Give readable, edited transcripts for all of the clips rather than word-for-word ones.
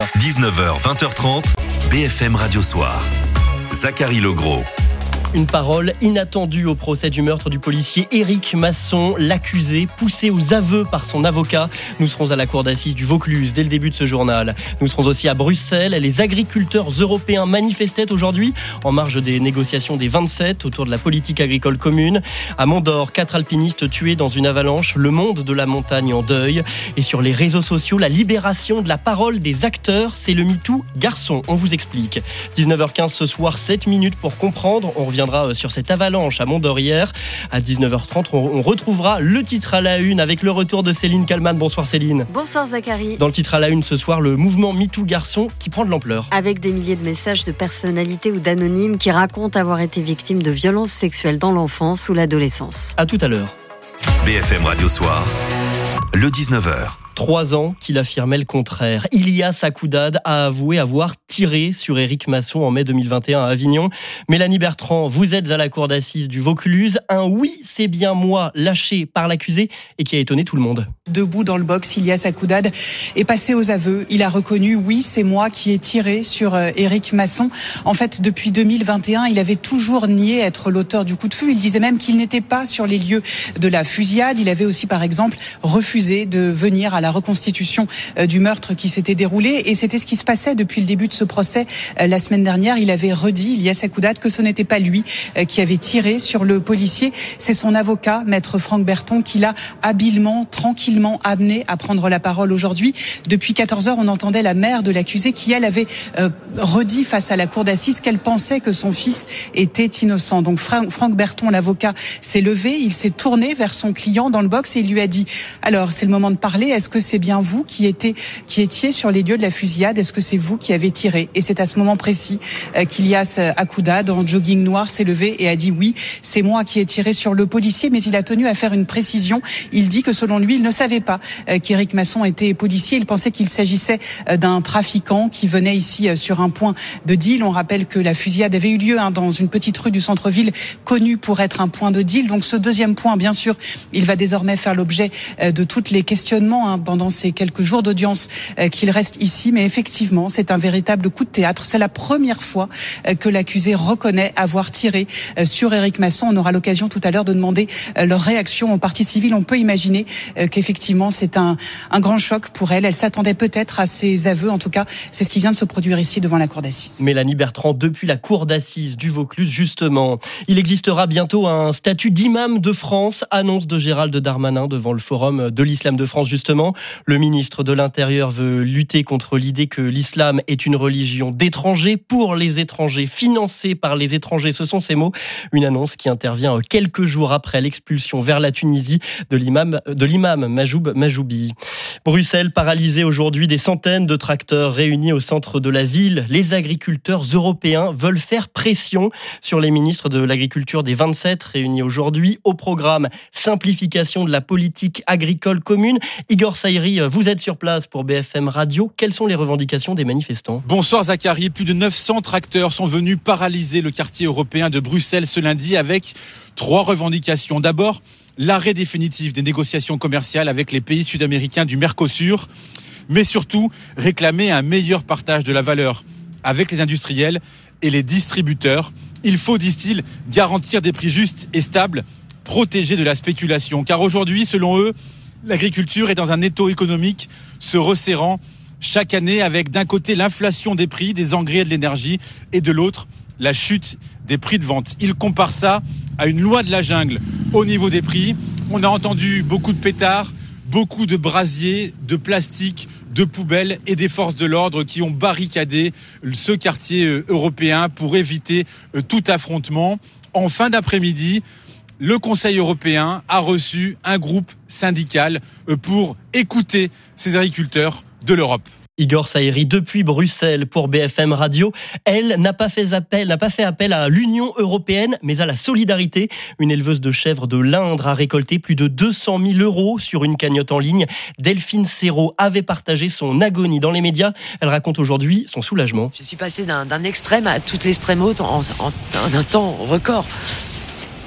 19h, 20h30, BFM Radio Soir. Zachary Legros. Une parole inattendue au procès du meurtre du policier Éric Masson, l'accusé, poussé aux aveux par son avocat. Nous serons à la cour d'assises du Vaucluse dès le début de ce journal. Nous serons aussi à Bruxelles. Les agriculteurs européens manifestaient aujourd'hui en marge des négociations des 27 autour de la politique agricole commune. À Mont-d'Or, 4 alpinistes tués dans une avalanche. Le monde de la montagne en deuil. Et sur les réseaux sociaux, la libération de la parole des acteurs. C'est le MeToo garçon. On vous explique. 19h15 ce soir, 7 minutes pour comprendre. On reviendra sur cette avalanche à Mont-d'Or hier. À 19h30, on retrouvera le titre à la une avec le retour de Céline Kallmann. Bonsoir Céline. Bonsoir Zachary. Dans le titre à la une ce soir, le mouvement MeToo garçon qui prend de l'ampleur. Avec des milliers de messages de personnalités ou d'anonymes qui racontent avoir été victimes de violences sexuelles dans l'enfance ou l'adolescence. À tout à l'heure. BFM Radio Soir, le 19h. 3 ans qu'il affirmait le contraire. Ilyas Akoudad a avoué avoir tiré sur Éric Masson en mai 2021 à Avignon. Mélanie Bertrand, vous êtes à la cour d'assises du Vaucluse. Un oui, c'est bien moi, lâché par l'accusé et qui a étonné tout le monde. Debout dans le box, Ilyas Akoudad est passé aux aveux. Il a reconnu, oui, c'est moi qui ai tiré sur Éric Masson. En fait, depuis 2021, il avait toujours nié être l'auteur du coup de feu. Il disait même qu'il n'était pas sur les lieux de la fusillade. Il avait aussi, par exemple, refusé de venir à la reconstitution du meurtre qui s'était déroulé. Et c'était ce qui se passait depuis le début de ce procès. La semaine dernière, il avait redit, Ilyas Akoudad, que ce n'était pas lui qui avait tiré sur le policier. C'est son avocat, maître Franck Berton, qui l'a habilement, tranquillement amené à prendre la parole aujourd'hui. Depuis 14h, on entendait la mère de l'accusé qui, elle, avait redit face à la cour d'assises qu'elle pensait que son fils était innocent. Donc Franck Berton, l'avocat, s'est levé, il s'est tourné vers son client dans le box et il lui a dit « Alors, c'est le moment de parler, est-ce que c'est bien vous qui étiez sur les lieux de la fusillade? Est-ce que c'est vous qui avez tiré ?» Et c'est à ce moment précis qu'Ilyas Akoudad, en jogging noir, s'est levé et a dit « Oui, c'est moi qui ai tiré sur le policier », mais il a tenu à faire une précision. Il dit que selon lui, il ne savait pas qu'Éric Masson était policier. Il pensait qu'il s'agissait d'un trafiquant qui venait ici sur un point de deal. On rappelle que la fusillade avait eu lieu dans une petite rue du centre-ville connue pour être un point de deal. Donc ce deuxième point, bien sûr, il va désormais faire l'objet de tous les questionnements pendant ces quelques jours d'audience qu'il reste ici. Mais effectivement, c'est un véritable coup de théâtre. C'est la première fois que l'accusé reconnaît avoir tiré sur Éric Masson. On aura l'occasion tout à l'heure de demander leur réaction aux parties civiles. On peut imaginer qu'effectivement, c'est un grand choc pour elle. Elle s'attendait peut-être à ces aveux. En tout cas, c'est ce qui vient de se produire ici devant la cour d'assises. Mélanie Bertrand, depuis la cour d'assises du Vaucluse, justement. Il existera bientôt un statut d'imam de France, annonce de Gérald Darmanin devant le Forum de l'Islam de France, justement. Le ministre de l'Intérieur veut lutter contre l'idée que l'islam est une religion d'étrangers, pour les étrangers, financée par les étrangers. Ce sont ces mots. Une annonce qui intervient quelques jours après l'expulsion vers la Tunisie de l'imam Majoub Majoubi. Bruxelles paralysée aujourd'hui, des centaines de tracteurs réunis au centre de la ville. Les agriculteurs européens veulent faire pression sur les ministres de l'Agriculture des 27 réunis aujourd'hui. Au programme, simplification de la politique agricole commune. Igor Saïri, vous êtes sur place pour BFM Radio. Quelles sont les revendications des manifestants ? Bonsoir Zachary. Plus de 900 tracteurs sont venus paralyser le quartier européen de Bruxelles ce lundi avec 3 revendications. D'abord, l'arrêt définitif des négociations commerciales avec les pays sud-américains du Mercosur, mais surtout réclamer un meilleur partage de la valeur avec les industriels et les distributeurs. Il faut, disent-ils, garantir des prix justes et stables, protéger de la spéculation. Car aujourd'hui, selon eux, l'agriculture est dans un étau économique se resserrant chaque année avec d'un côté l'inflation des prix, des engrais et de l'énergie et de l'autre la chute des prix de vente. Ils comparent ça à une loi de la jungle au niveau des prix. On a entendu beaucoup de pétards, beaucoup de brasiers, de plastique, de poubelles et des forces de l'ordre qui ont barricadé ce quartier européen pour éviter tout affrontement. En fin d'après-midi, le Conseil européen a reçu un groupe syndical pour écouter ces agriculteurs de l'Europe. Igor Saïri, depuis Bruxelles pour BFM Radio. Elle n'a pas fait appel à l'Union européenne, mais à la solidarité. Une éleveuse de chèvres de l'Indre a récolté plus de 200 000 € sur une cagnotte en ligne. Delphine Serrault avait partagé son agonie dans les médias. Elle raconte aujourd'hui son soulagement. Je suis passée d'un extrême à toute l'extrême haute en un temps record.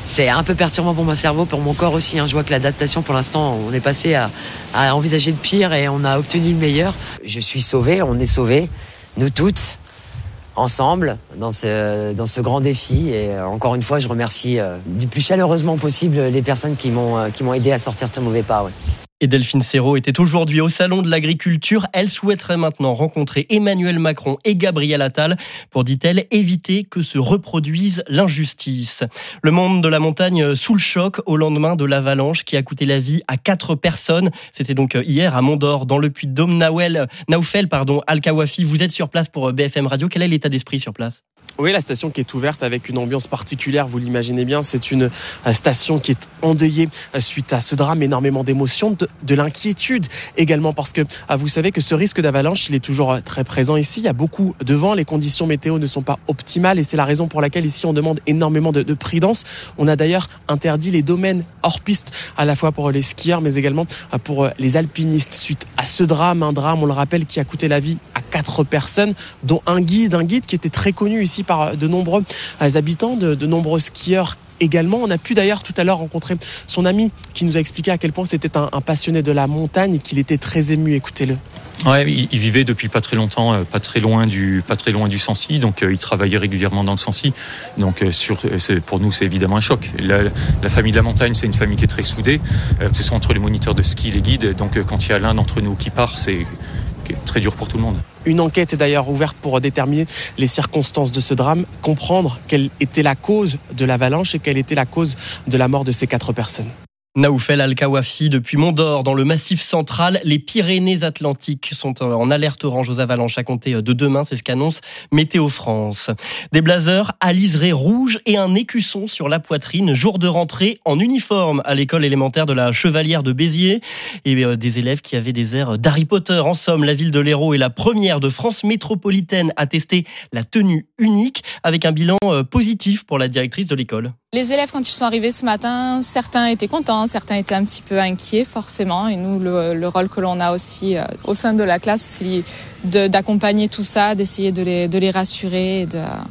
C'est un peu perturbant pour mon cerveau, pour mon corps aussi. Je vois que l'adaptation, pour l'instant, on est passé à envisager le pire et on a obtenu le meilleur. Je suis sauvé, on est sauvés, nous toutes, ensemble, dans ce grand défi. Et encore une fois, je remercie du plus chaleureusement possible les personnes qui m'ont aidé à sortir de ce mauvais pas. Ouais. Et Delphine Seyraud était aujourd'hui au Salon de l'Agriculture. Elle souhaiterait maintenant rencontrer Emmanuel Macron et Gabriel Attal pour, dit-elle, éviter que se reproduise l'injustice. Le monde de la montagne sous le choc au lendemain de l'avalanche qui a coûté la vie à 4 personnes. C'était donc hier à Mont-d'Or, dans le Puy-de-Dôme. Naoufel Al-Kawafi, vous êtes sur place pour BFM Radio. Quel est l'état d'esprit sur place ? Oui, la station qui est ouverte avec une ambiance particulière, vous l'imaginez bien, c'est une station qui est endeuillée suite à ce drame, énormément d'émotions, de l'inquiétude également parce que vous savez que ce risque d'avalanche, il est toujours très présent ici, il y a beaucoup de vent, les conditions météo ne sont pas optimales et c'est la raison pour laquelle ici on demande énormément de prudence. On a d'ailleurs interdit les domaines hors piste à la fois pour les skieurs mais également pour les alpinistes suite à ce drame, un drame, on le rappelle, qui a coûté la vie à 4 personnes, dont un guide qui était très connu ici par de nombreux habitants, de nombreux skieurs également. On a pu d'ailleurs tout à l'heure rencontrer son ami qui nous a expliqué à quel point c'était un passionné de la montagne et qu'il était très ému. Écoutez-le. Ouais, il vivait depuis pas très longtemps, pas très loin du Sancy, donc il travaillait régulièrement dans le Sancy. Donc pour nous, c'est évidemment un choc. La famille de la montagne, c'est une famille qui est très soudée, que ce soit entre les moniteurs de ski, les guides. Donc quand il y a l'un d'entre nous qui part, c'est très dur pour tout le monde. Une enquête est d'ailleurs ouverte pour déterminer les circonstances de ce drame, comprendre quelle était la cause de l'avalanche et quelle était la cause de la mort de ces 4 personnes. Naoufel Al-Kawafi depuis Mont-d'Or dans le Massif central. Les Pyrénées-Atlantiques sont en alerte orange aux avalanches à compter de demain, c'est ce qu'annonce Météo France. Des blazers à liseré rouge et un écusson sur la poitrine, jour de rentrée en uniforme à l'école élémentaire de la Chevalière de Béziers et des élèves qui avaient des airs d'Harry Potter. En somme, la ville de l'Hérault est la première de France métropolitaine à tester la tenue unique avec un bilan positif pour la directrice de l'école. Les élèves, quand ils sont arrivés ce matin, certains étaient contents, certains étaient un petit peu inquiets forcément. Et nous, le rôle que l'on a aussi au sein de la classe, c'est d'accompagner tout ça, d'essayer de les rassurer, et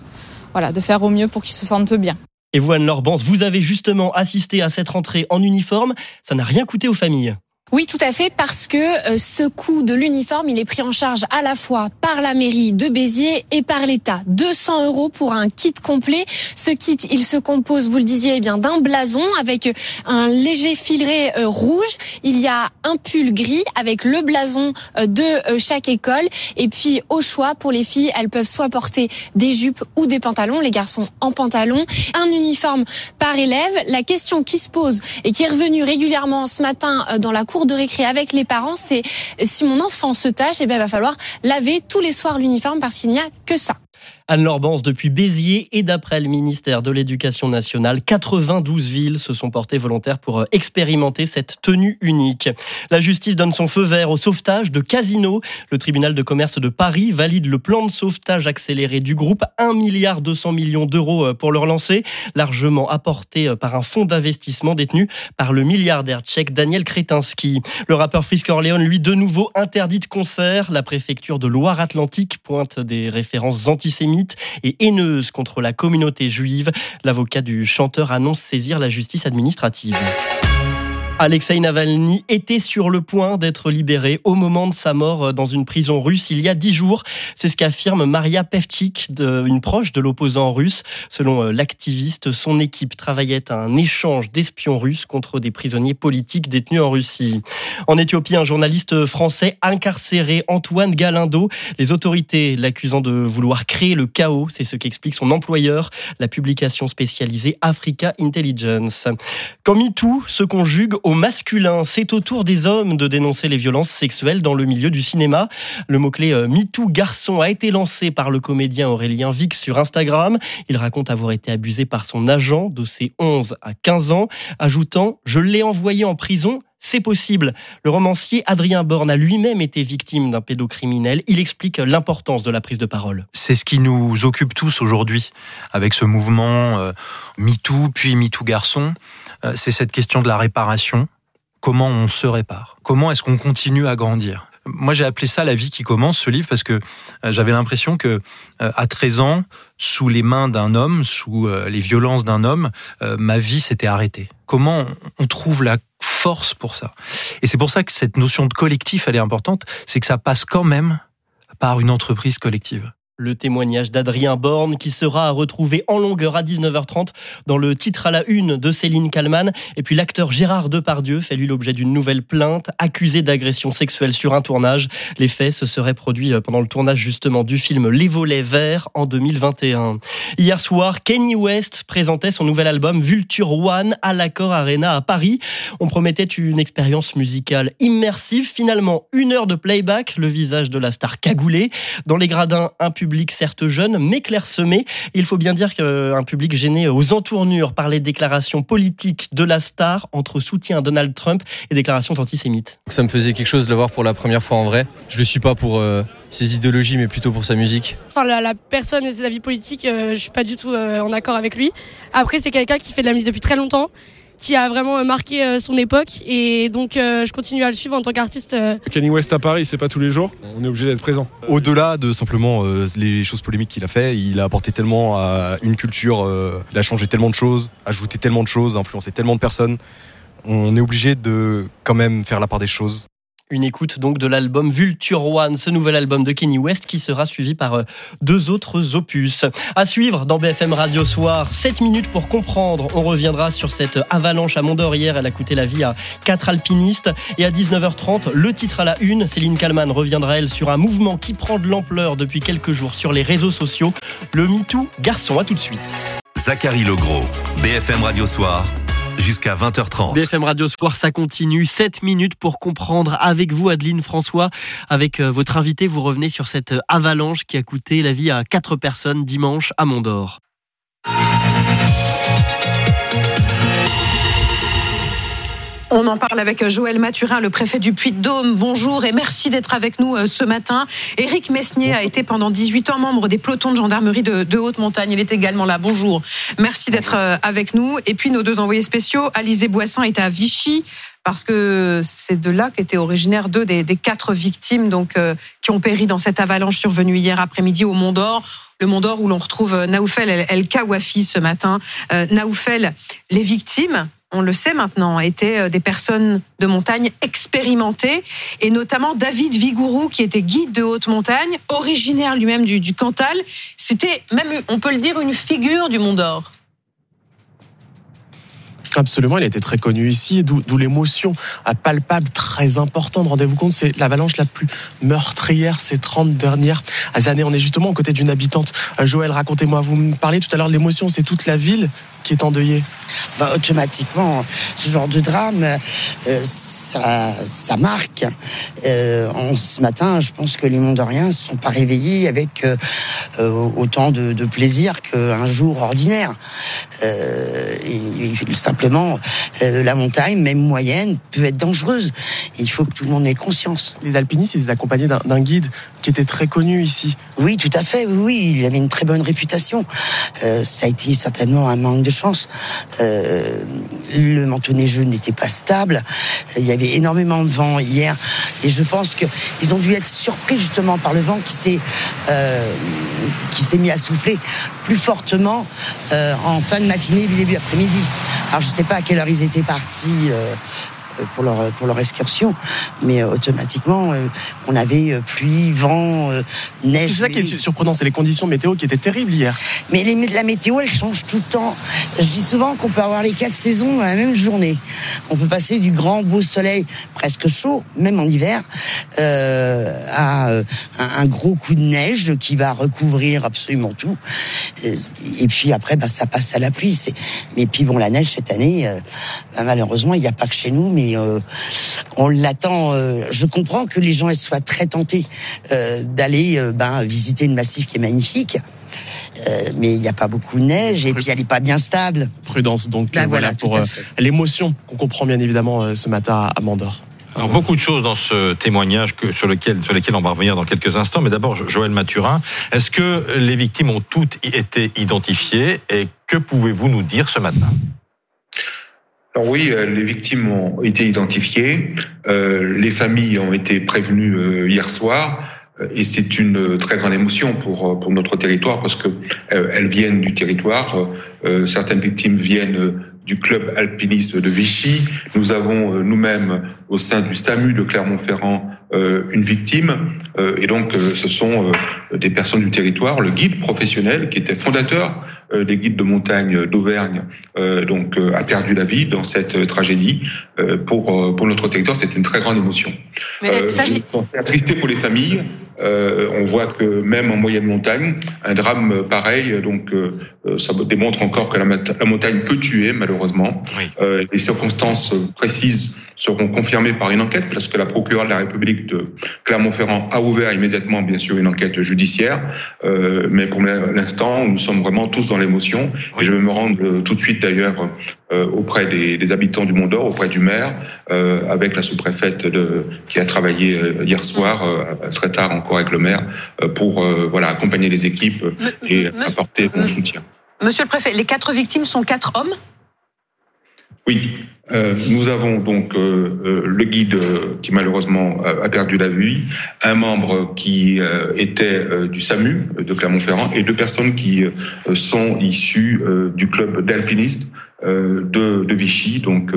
de faire au mieux pour qu'ils se sentent bien. Et vous, Anne-Laure Bans, vous avez justement assisté à cette rentrée en uniforme. Ça n'a rien coûté aux familles. Oui, tout à fait, parce que ce coût de l'uniforme, il est pris en charge à la fois par la mairie de Béziers et par l'État. 200 € pour un kit complet. Ce kit, il se compose, vous le disiez, d'un blason avec un léger filet rouge. Il y a un pull gris avec le blason de chaque école. Et puis, au choix, pour les filles, elles peuvent soit porter des jupes ou des pantalons. Les garçons en pantalon. Un uniforme par élève. La question qui se pose et qui est revenue régulièrement ce matin dans la cour de récré avec les parents, c'est si mon enfant se tâche, il va falloir laver tous les soirs l'uniforme parce qu'il n'y a que ça. Anne-Laure Bans depuis Béziers et d'après le ministère de l'Éducation nationale, 92 villes se sont portées volontaires pour expérimenter cette tenue unique. La justice donne son feu vert au sauvetage de Casino. Le tribunal de commerce de Paris valide le plan de sauvetage accéléré du groupe, 1,2 milliard d'euros pour le relancer, largement apporté par un fonds d'investissement détenu par le milliardaire tchèque Daniel Kretinsky. Le rappeur Frisk Orleans, lui, de nouveau interdit de concert. La préfecture de Loire-Atlantique pointe des références antisémites et haineuse contre la communauté juive. L'avocat du chanteur annonce saisir la justice administrative. Alexeï Navalny était sur le point d'être libéré au moment de sa mort dans une prison russe il y a 10 jours. C'est ce qu'affirme Maria Pevchik, une proche de l'opposant russe. Selon l'activiste, son équipe travaillait à un échange d'espions russes contre des prisonniers politiques détenus en Russie. En Éthiopie, un journaliste français incarcéré, Antoine Galindo. Les autorités l'accusant de vouloir créer le chaos. C'est ce qu'explique son employeur, la publication spécialisée Africa Intelligence. Quand MeToo se conjugue au masculin, c'est au tour des hommes de dénoncer les violences sexuelles dans le milieu du cinéma. Le mot-clé MeToo garçon a été lancé par le comédien Aurélien Vic sur Instagram. Il raconte avoir été abusé par son agent de ses 11 à 15 ans, ajoutant « Je l'ai envoyé en prison ». C'est possible. Le romancier Adrien Borne a lui-même été victime d'un pédocriminel. Il explique l'importance de la prise de parole. C'est ce qui nous occupe tous aujourd'hui avec ce mouvement MeToo, puis MeToo garçon. C'est cette question de la réparation. Comment on se répare ? Comment est-ce qu'on continue à grandir ? Moi, j'ai appelé ça La vie qui commence, ce livre, parce que j'avais l'impression que à 13 ans, sous les mains d'un homme, sous les violences d'un homme, ma vie s'était arrêtée. Comment on trouve la force pour ça ? Et c'est pour ça que cette notion de collectif, elle est importante, c'est que ça passe quand même par une entreprise collective. Le témoignage d'Adrien Borne qui sera à retrouver en longueur à 19h30 dans le titre à la une de Céline Kallmann. Et puis l'acteur Gérard Depardieu fait lui l'objet d'une nouvelle plainte, accusé d'agression sexuelle sur un tournage. Les faits se seraient produits pendant le tournage justement du film Les Volets Verts en 2021. Hier soir, Kanye West présentait son nouvel album Vulture One à l'Accor Arena à Paris. On promettait une expérience musicale immersive. Finalement, 1 heure de playback, le visage de la star cagoulé. Dans les gradins, un public certes jeune, mais clairsemé. Il faut bien dire qu'un public gêné aux entournures par les déclarations politiques de la star entre soutien à Donald Trump et déclarations antisémites. Ça me faisait quelque chose de le voir pour la première fois en vrai. Je le suis pas pour ses idéologies, mais plutôt pour sa musique. Enfin, la personne et ses avis politiques, je suis pas du tout en accord avec lui. Après, c'est quelqu'un qui fait de la musique depuis très longtemps, qui a vraiment marqué son époque, et donc je continue à le suivre en tant qu'artiste. Kanye West à Paris, c'est pas tous les jours, on est obligé d'être présent. Au-delà de simplement les choses polémiques qu'il a fait, il a apporté tellement à une culture, il a changé tellement de choses, ajouté tellement de choses, influencé tellement de personnes. On est obligé de quand même faire la part des choses. Une écoute donc de l'album Vulture One, ce nouvel album de Kanye West qui sera suivi par 2 autres opus. À suivre dans BFM Radio Soir, 7 minutes pour comprendre. On reviendra sur cette avalanche à Mont-d'Or hier. Elle a coûté la vie à 4 alpinistes. Et à 19h30, le titre à la une. Céline Kallmann reviendra, elle, sur un mouvement qui prend de l'ampleur depuis quelques jours sur les réseaux sociaux. Le MeToo garçon. À tout de suite. Zachary Legros, BFM Radio Soir. Jusqu'à 20h30. BFM Radio Soir, ça continue. 7 minutes pour comprendre avec vous, Adeline François. Avec votre invité, vous revenez sur cette avalanche qui a coûté la vie à 4 personnes dimanche à Mont-d'Or. On en parle avec Joël Mathurin, le préfet du Puy-de-Dôme. Bonjour et merci d'être avec nous ce matin. Éric Mesnier a été pendant 18 ans membre des pelotons de gendarmerie de haute montagne. Il est également là. Bonjour. Merci d'être avec nous. Et puis nos 2 envoyés spéciaux, Alizé Boissin est à Vichy, parce que c'est de là qu'étaient originaires 2 des 4 victimes qui ont péri dans cette avalanche survenue hier après-midi au Mont-d'Or. Le Mont-d'Or où l'on retrouve Naoufel El Kawafi ce matin. Naoufel, les victimes, on le sait maintenant, étaient des personnes de montagne expérimentées, et notamment David Vigourou, qui était guide de haute montagne, originaire lui-même du Cantal. C'était même, on peut le dire, une figure du Mont-d'Or. Absolument, il a été très connu ici, d'où l'émotion palpable, très importante. Rendez-vous compte, c'est l'avalanche la plus meurtrière ces 30 dernières années. On est justement aux côtés d'une habitante. Joël, racontez-moi, vous me parliez tout à l'heure de l'émotion, c'est toute la ville qui est endeuillée. Automatiquement, ce genre de drame, ça marque. Ce matin, je pense que les Mont-d'Oriens ne se sont pas réveillés avec autant de plaisir qu'un jour ordinaire. Simplement, la montagne, même moyenne, peut être dangereuse. Il faut que tout le monde ait conscience. Les alpinistes, ils étaient accompagnés d'un guide qui était très connu ici. Oui, tout à fait. Oui, il avait une très bonne réputation. Ça a été certainement un manque de chance. Le manteau neigeux n'était pas stable. Il y avait énormément de vent hier, et je pense qu'ils ont dû être surpris justement par le vent qui s'est mis à souffler plus fortement en fin de matinée, début après-midi. Alors je ne sais pas à quelle heure ils étaient partis pour leur excursion, mais automatiquement on avait pluie, vent, neige. C'est ça qui est surprenant, c'est les conditions météo qui étaient terribles hier. Mais la météo, elle change tout le temps. Je dis souvent qu'on peut avoir les 4 saisons dans la même journée. On peut passer du grand beau soleil presque chaud, même en hiver, à un gros coup de neige qui va recouvrir absolument tout. Et puis après, ça passe à la pluie. Mais puis bon, la neige cette année, malheureusement, il n'y a pas que chez nous, mais on l'attend. Je comprends que les gens soient très tentés d'aller visiter une massif qui est magnifique. Mais il n'y a pas beaucoup de neige et puis elle n'est pas bien stable. Prudence donc voilà pour l'émotion qu'on comprend bien évidemment ce matin à Mont-d'Or. Alors beaucoup de choses dans ce témoignage sur lesquelles on va revenir dans quelques instants. Mais d'abord, Joël Mathurin, est-ce que les victimes ont toutes été identifiées et que pouvez-vous nous dire ce matin ? Alors oui, les victimes ont été identifiées, les familles ont été prévenues hier soir. Et c'est une très grande émotion pour notre territoire parce que elles viennent du territoire. Certaines victimes viennent du club alpinisme de Vichy. Nous avons nous-mêmes au sein du SAMU de Clermont-Ferrand une victime. Et donc ce sont des personnes du territoire. Le guide professionnel qui était fondateur des guides de montagne d'Auvergne a perdu la vie dans cette tragédie. Pour notre territoire, c'est une très grande émotion. Je suis attristé pour les familles. On voit que même en moyenne montagne, un drame pareil, ça démontre encore que la montagne peut tuer, malheureusement. Oui. Les circonstances précises seront confirmées par une enquête, parce que la procureure de la République de Clermont-Ferrand a ouvert immédiatement, bien sûr, une enquête judiciaire. Mais pour l'instant, nous sommes vraiment tous dans l'émotion. Oui. Et je vais me rendre tout de suite, d'ailleurs, auprès des habitants du Mont-d'Or, auprès du maire, avec la sous-préfète qui a travaillé hier soir, très tard encore avec le maire, pour accompagner les équipes et apporter mon soutien. Monsieur le préfet, les 4 victimes sont 4 hommes ? Oui. Nous avons donc le guide qui malheureusement a perdu la vie, un membre qui était du SAMU de Clermont-Ferrand et 2 personnes qui sont issues du club d'alpinistes de Vichy. Donc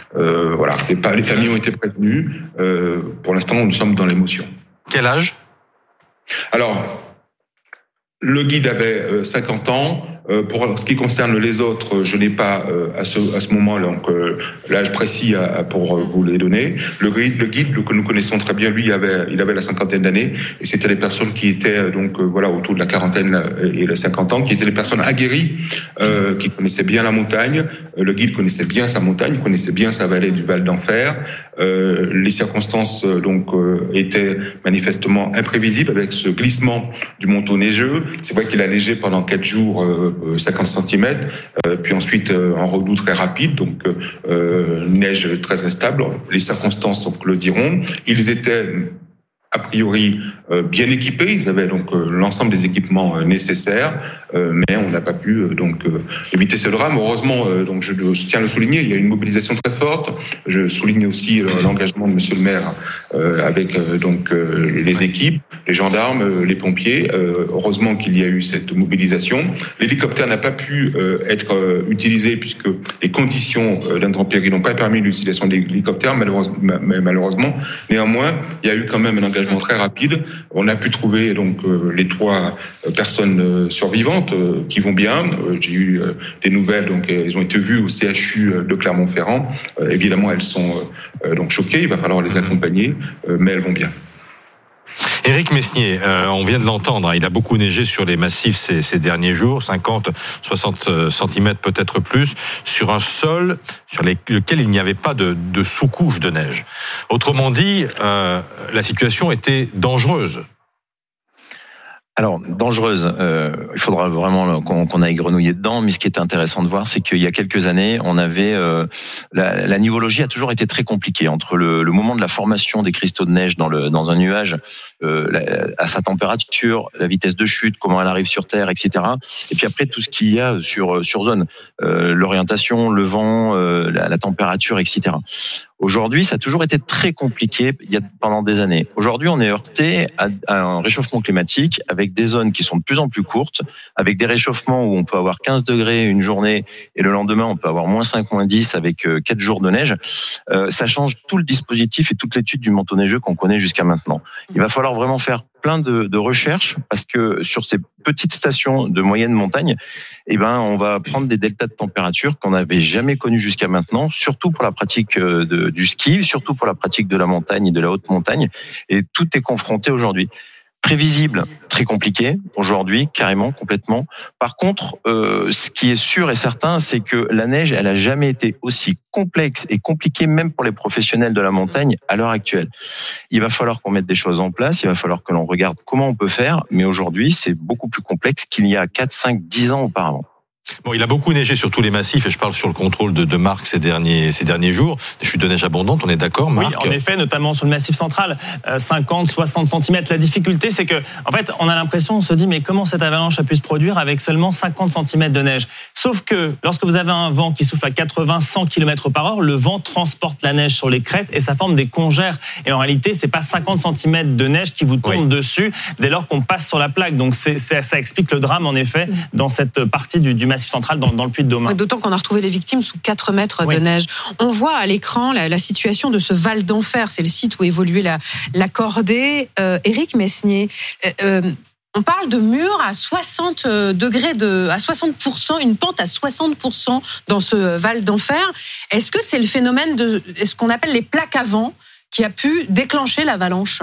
les familles ont été prévenues. Pour l'instant, nous sommes dans l'émotion. Quel âge ? Alors, le guide avait 50 ans. Pour ce qui concerne les autres, je n'ai pas à ce moment-là l'âge précis pour vous les donner. Le guide que nous connaissons très bien, lui, il avait la cinquantaine d'années, et c'était les personnes qui étaient autour de la quarantaine et les 50 ans, qui étaient les personnes aguerries, qui connaissaient bien la montagne. Le guide connaissait bien sa montagne, connaissait bien sa vallée du Val d'Enfer. Les circonstances étaient manifestement imprévisibles avec ce glissement du manteau neigeux. C'est vrai qu'il a neigé pendant 4 jours. 50 cm, puis ensuite en redout très rapide, neige très instable. Les circonstances le diront. Ils étaient a priori bien équipés, ils avaient l'ensemble des équipements nécessaires, mais on n'a pas pu éviter ce drame. Heureusement, je tiens à le souligner, il y a une mobilisation très forte. Je souligne aussi l'engagement de Monsieur le maire avec les équipes, les gendarmes, les pompiers. Heureusement qu'il y a eu cette mobilisation. L'hélicoptère n'a pas pu être utilisé puisque les conditions d'intempéries n'ont pas permis l'utilisation de l'hélicoptère, malheureusement. Néanmoins, il y a eu quand même un engagement très rapide. On a pu trouver les 3 personnes survivantes qui vont bien. J'ai eu des nouvelles, elles ont été vues au CHU de Clermont-Ferrand. Évidemment, elles sont choquées. Il va falloir les accompagner, mais elles vont bien. Éric Mesnier, on vient de l'entendre, il a beaucoup neigé sur les massifs ces derniers jours, 50, 60 cm peut-être plus, sur un sol sur lequel il n'y avait pas de sous-couche de neige. Autrement dit, la situation était dangereuse. Alors, dangereuse, il faudra vraiment qu'on aille grenouiller dedans, mais ce qui est intéressant de voir, c'est qu'il y a quelques années, on avait la nivologie a toujours été très compliquée entre le moment de la formation des cristaux de neige dans un nuage, à sa température, la vitesse de chute, comment elle arrive sur Terre, etc. Et puis après, tout ce qu'il y a sur zone, l'orientation, le vent, la température, etc. Aujourd'hui, ça a toujours été très compliqué pendant des années. Aujourd'hui, on est heurté à un réchauffement climatique avec des zones qui sont de plus en plus courtes, avec des réchauffements où on peut avoir 15 degrés une journée et le lendemain, on peut avoir moins 5, moins 10 avec 4 jours de neige. Ça change tout le dispositif et toute l'étude du manteau neigeux qu'on connaît jusqu'à maintenant. Il va falloir vraiment faire plein de recherches parce que sur ces petites stations de moyenne montagne, on va prendre des deltas de température qu'on n'avait jamais connus jusqu'à maintenant, surtout pour la pratique du ski, surtout pour la pratique de la montagne et de la haute montagne, et tout est confronté aujourd'hui. Prévisible, très compliqué aujourd'hui, carrément, complètement. Par contre, ce qui est sûr et certain, c'est que la neige, elle a jamais été aussi complexe et compliquée, même pour les professionnels de la montagne, à l'heure actuelle. Il va falloir qu'on mette des choses en place, il va falloir que l'on regarde comment on peut faire, mais aujourd'hui, c'est beaucoup plus complexe qu'il y a 4, 5, 10 ans auparavant. Bon, il a beaucoup neigé sur tous les massifs et je parle sur le contrôle de Marc ces derniers jours. Des chutes de neige abondantes, on est d'accord, Marc? Oui, en effet, notamment sur le massif central, 50, 60 cm. La difficulté, c'est que, en fait, on a l'impression, on se dit, mais comment cette avalanche a pu se produire avec seulement 50 cm de neige? Sauf que, lorsque vous avez un vent qui souffle à 80, 100 km/h, le vent transporte la neige sur les crêtes et ça forme des congères. Et en réalité, c'est pas 50 cm de neige qui vous tombe dessus dès lors qu'on passe sur la plaque. Donc, ça explique le drame, en effet, dans cette partie du massif central dans le Puy-de-Dôme. D'autant qu'on a retrouvé les victimes sous 4 mètres de neige. On voit à l'écran la situation de ce Val d'Enfer. C'est le site où évoluait la cordée. Éric Mesnier, on parle de murs à 60 degrés à 60%, une pente à 60% dans ce Val d'Enfer. Est-ce que c'est le phénomène de ce qu'on appelle les plaques à vent qui a pu déclencher l'avalanche?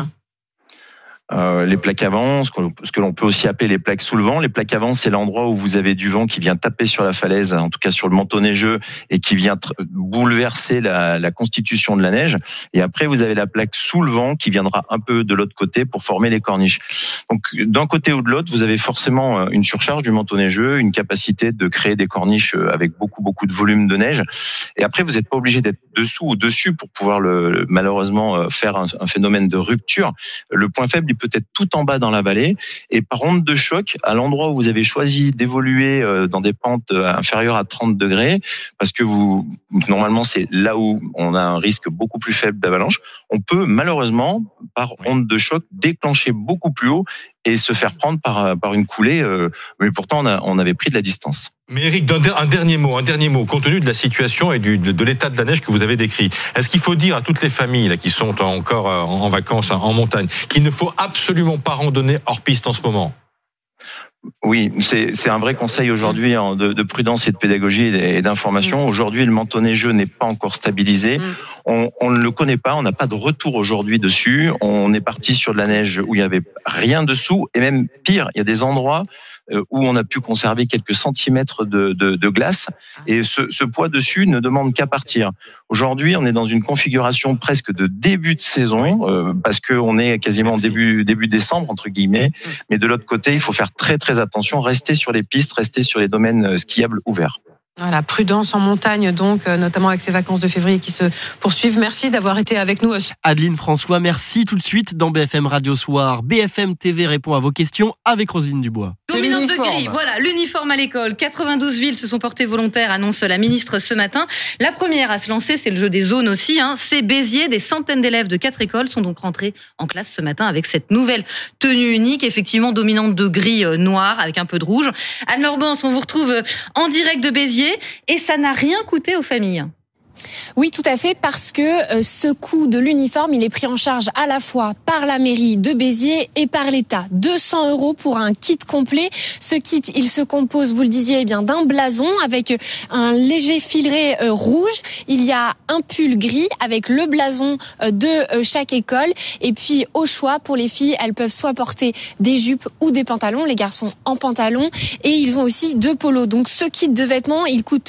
Les plaques à vent, ce que l'on peut aussi appeler les plaques sous le vent. Les plaques à vent, c'est l'endroit où vous avez du vent qui vient taper sur la falaise, en tout cas sur le manteau neigeux, et qui vient bouleverser la constitution de la neige. Et après, vous avez la plaque sous le vent qui viendra un peu de l'autre côté pour former les corniches. Donc, d'un côté ou de l'autre, vous avez forcément une surcharge du manteau neigeux, une capacité de créer des corniches avec beaucoup de volume de neige. Et après, vous n'êtes pas obligé d'être dessous ou dessus pour pouvoir malheureusement faire un phénomène de rupture. Le point faible, peut-être tout en bas dans la vallée, et par onde de choc, à l'endroit où vous avez choisi d'évoluer dans des pentes inférieures à 30 degrés, parce que normalement c'est là où on a un risque beaucoup plus faible d'avalanche, on peut malheureusement, par onde de choc, déclencher beaucoup plus haut et se faire prendre par une coulée, mais pourtant on avait pris de la distance. Mais Éric, un dernier mot, compte tenu de la situation et de l'état de la neige que vous avez décrit. Est-ce qu'il faut dire à toutes les familles là qui sont encore en vacances en montagne qu'il ne faut absolument pas randonner hors piste en ce moment? Oui, c'est un vrai conseil aujourd'hui de prudence et de pédagogie et d'information. Aujourd'hui, le manteau neigeux n'est pas encore stabilisé. On ne le connaît pas, on n'a pas de retour aujourd'hui dessus. On est parti sur de la neige où il y avait rien dessous, et même pire, il y a des endroits où on a pu conserver quelques centimètres de glace, et ce poids dessus ne demande qu'à partir. Aujourd'hui, on est dans une configuration presque de début de saison, parce qu'on est quasiment début décembre, entre guillemets, mais de l'autre côté, il faut faire très attention, rester sur les pistes, rester sur les domaines skiables ouverts. Voilà, prudence en montagne donc, notamment avec ces vacances de février qui se poursuivent. Merci d'avoir été avec nous. Adeline François, merci. Tout de suite dans BFM Radio Soir. BFM TV répond à vos questions avec Roselyne Dubois. Dominante de gris, voilà, l'uniforme à l'école. 92 villes se sont portées volontaires, annonce la ministre ce matin. La première à se lancer, c'est le jeu des zones aussi. C'est Béziers. Des centaines d'élèves de 4 écoles sont donc rentrés en classe ce matin avec cette nouvelle tenue unique, effectivement dominante de gris noir avec un peu de rouge. Anne Lorbans, on vous retrouve en direct de Béziers. Et ça n'a rien coûté aux familles. Oui, tout à fait, parce que ce coût de l'uniforme, il est pris en charge à la fois par la mairie de Béziers et par l'État. 200 € pour un kit complet. Ce kit, il se compose, vous le disiez, d'un blason avec un léger filet rouge. Il y a un pull gris avec le blason de chaque école. Et puis, au choix, pour les filles, elles peuvent soit porter des jupes ou des pantalons. Les garçons en pantalon. Et ils ont aussi 2 polos. Donc, ce kit de vêtements, il coûte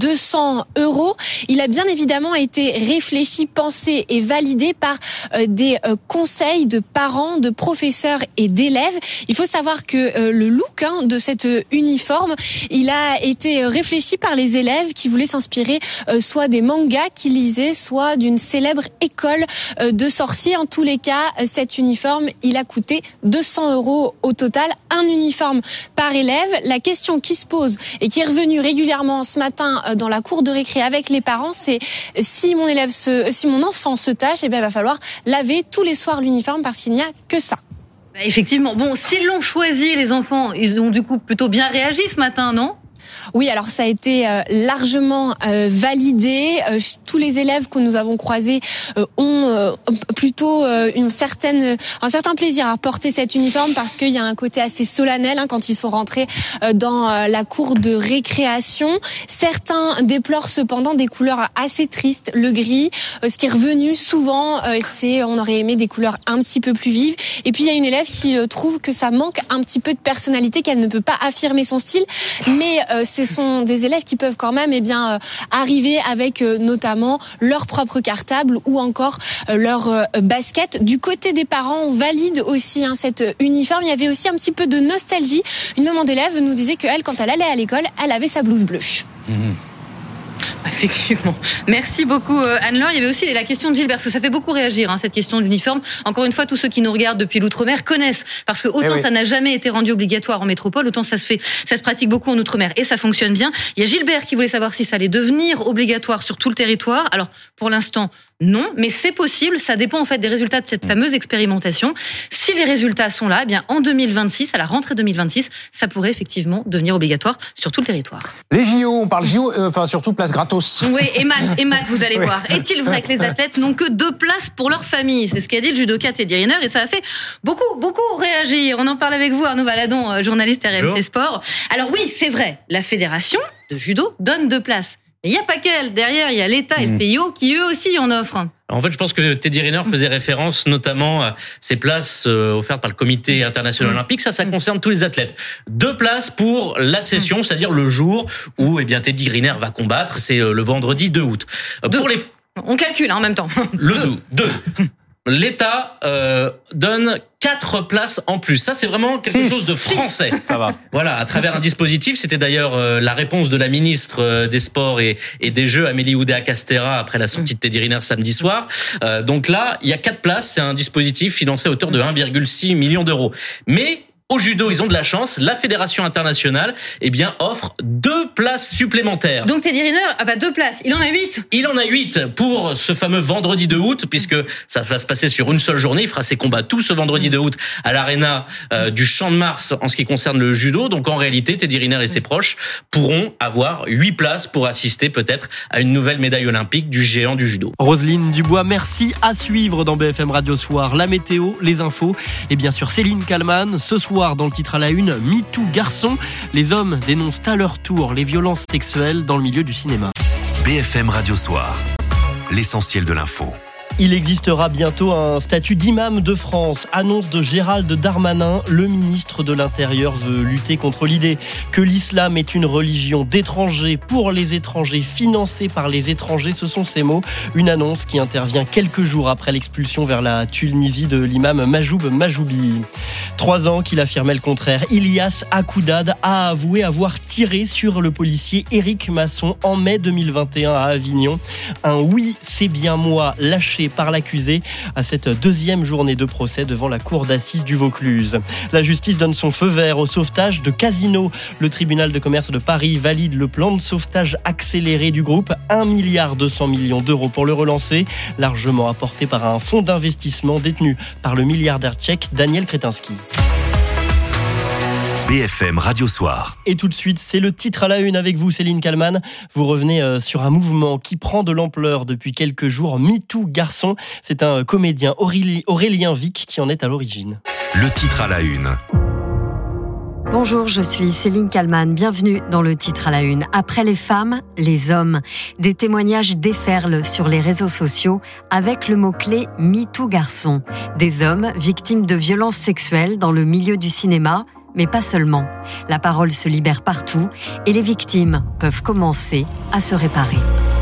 200 €. Il a bien évidemment été réfléchi, pensé et validé par des conseils de parents, de professeurs et d'élèves. Il faut savoir que le look de cet uniforme, il a été réfléchi par les élèves qui voulaient s'inspirer soit des mangas qu'ils lisaient, soit d'une célèbre école de sorciers. En tous les cas, cet uniforme, il a coûté 200 € au total, un uniforme par élève. La question qui se pose et qui est revenue régulièrement ce matin dans la cour de récré avec les parents, c'est si mon enfant se tâche, il va falloir laver tous les soirs l'uniforme parce qu'il n'y a que ça. Effectivement. Bon, s'ils l'ont choisi, les enfants, ils ont du coup plutôt bien réagi ce matin, non ? Oui, alors ça a été largement validé. Tous les élèves que nous avons croisés ont plutôt un certain plaisir à porter cet uniforme parce qu'il y a un côté assez solennel quand ils sont rentrés dans la cour de récréation. Certains déplorent cependant des couleurs assez tristes, le gris. Ce qui est revenu souvent, c'est on aurait aimé des couleurs un petit peu plus vives. Et puis il y a une élève qui trouve que ça manque un petit peu de personnalité, qu'elle ne peut pas affirmer son style, mais ce sont des élèves qui peuvent quand même arriver avec notamment leur propre cartable ou encore leur basket. Du côté des parents, on valide aussi cet uniforme. Il y avait aussi un petit peu de nostalgie. Une maman d'élève nous disait qu'elle, quand elle allait à l'école, elle avait sa blouse bleue. Effectivement. Merci beaucoup Anne-Laure. Il y avait aussi la question de Gilbert, parce que ça fait beaucoup réagir, cette question de l'uniforme. Encore une fois, tous ceux qui nous regardent depuis l'Outre-mer connaissent, parce que autant ça n'a jamais été rendu obligatoire en métropole, autant ça se pratique beaucoup en Outre-mer et ça fonctionne bien. Il y a Gilbert qui voulait savoir si ça allait devenir obligatoire sur tout le territoire. Alors, pour l'instant, non, mais c'est possible. Ça dépend en fait des résultats de cette fameuse expérimentation. Si les résultats sont là, en 2026, à la rentrée 2026, ça pourrait effectivement devenir obligatoire sur tout le territoire. Les JO, on parle JO, surtout place gratos. Oui, et Matt, vous allez voir. Est-il vrai que les athlètes n'ont que 2 places pour leur famille ? C'est ce qu'a dit le judoka Teddy Riner et ça a fait beaucoup réagir. On en parle avec vous, Arnaud Valadon, journaliste RMC Sport. Alors oui, c'est vrai, la fédération de judo donne 2 places. Mais il n'y a pas qu'elle. Derrière, il y a l'État et le CIO qui eux aussi en offrent. En fait, je pense que Teddy Riner faisait référence notamment à ces places offertes par le Comité international olympique. Ça concerne tous les athlètes. 2 places pour la session, c'est-à-dire le jour où Teddy Riner va combattre. C'est le vendredi 2 août. On calcule en même temps. Le 2. L'État donne 4 places en plus. Ça, c'est vraiment quelque chose de français. Ça va. Voilà, à travers un dispositif. C'était d'ailleurs la réponse de la ministre des Sports et des Jeux, Amélie Oudéa-Castéra, après la sortie de Teddy Riner samedi soir. Donc là, il y a 4 places. C'est un dispositif financé à hauteur de 1,6 million d'euros. Mais au judo, ils ont de la chance. La fédération internationale, offre 2 places supplémentaires. Donc Teddy Riner a pas 2 places. Il en a 8. Il en a 8 pour ce fameux vendredi 2 août, puisque ça va se passer sur une seule journée. Il fera ses combats tout ce vendredi 2 août à l'aréna du Champ de Mars en ce qui concerne le judo. Donc en réalité, Teddy Riner et ses proches pourront avoir 8 places pour assister peut-être à une nouvelle médaille olympique du géant du judo. Roselyne Dubois, merci. À suivre dans BFM Radio Soir, la météo, les infos et bien sûr Céline Kallmann. Ce soir, dans le titre à la une, MeToo garçon. Les hommes dénoncent à leur tour les violences sexuelles dans le milieu du cinéma. BFM Radio Soir, l'essentiel de l'info. Il existera bientôt un statut d'imam de France. Annonce de Gérald Darmanin. Le ministre de l'Intérieur veut lutter contre l'idée que l'islam est une religion d'étrangers pour les étrangers, financée par les étrangers. Ce sont ces mots. Une annonce qui intervient quelques jours après l'expulsion vers la Tunisie de l'imam Majoub Majoubi. 3 ans qu'il affirmait le contraire. Ilyas Akoudad a avoué avoir tiré sur le policier Éric Masson en mai 2021 à Avignon. Un oui, c'est bien moi lâché par l'accusé à cette 2e journée de procès devant la cour d'assises du Vaucluse. La justice donne son feu vert au sauvetage de Casino. Le tribunal de commerce de Paris valide le plan de sauvetage accéléré du groupe. 1,2 milliard d'euros pour le relancer, largement apporté par un fonds d'investissement détenu par le milliardaire tchèque Daniel Kretinsky. BFM Radio Soir. Et tout de suite, c'est le titre à la une avec vous, Céline Kallmann. Vous revenez sur un mouvement qui prend de l'ampleur depuis quelques jours. MeToo garçon. C'est un comédien, Aurélien Vic, qui en est à l'origine. Le titre à la une. Bonjour, je suis Céline Kallmann. Bienvenue dans le titre à la une. Après les femmes, les hommes. Des témoignages déferlent sur les réseaux sociaux avec le mot-clé MeToo garçon. Des hommes victimes de violences sexuelles dans le milieu du cinéma, mais pas seulement. La parole se libère partout et les victimes peuvent commencer à se réparer.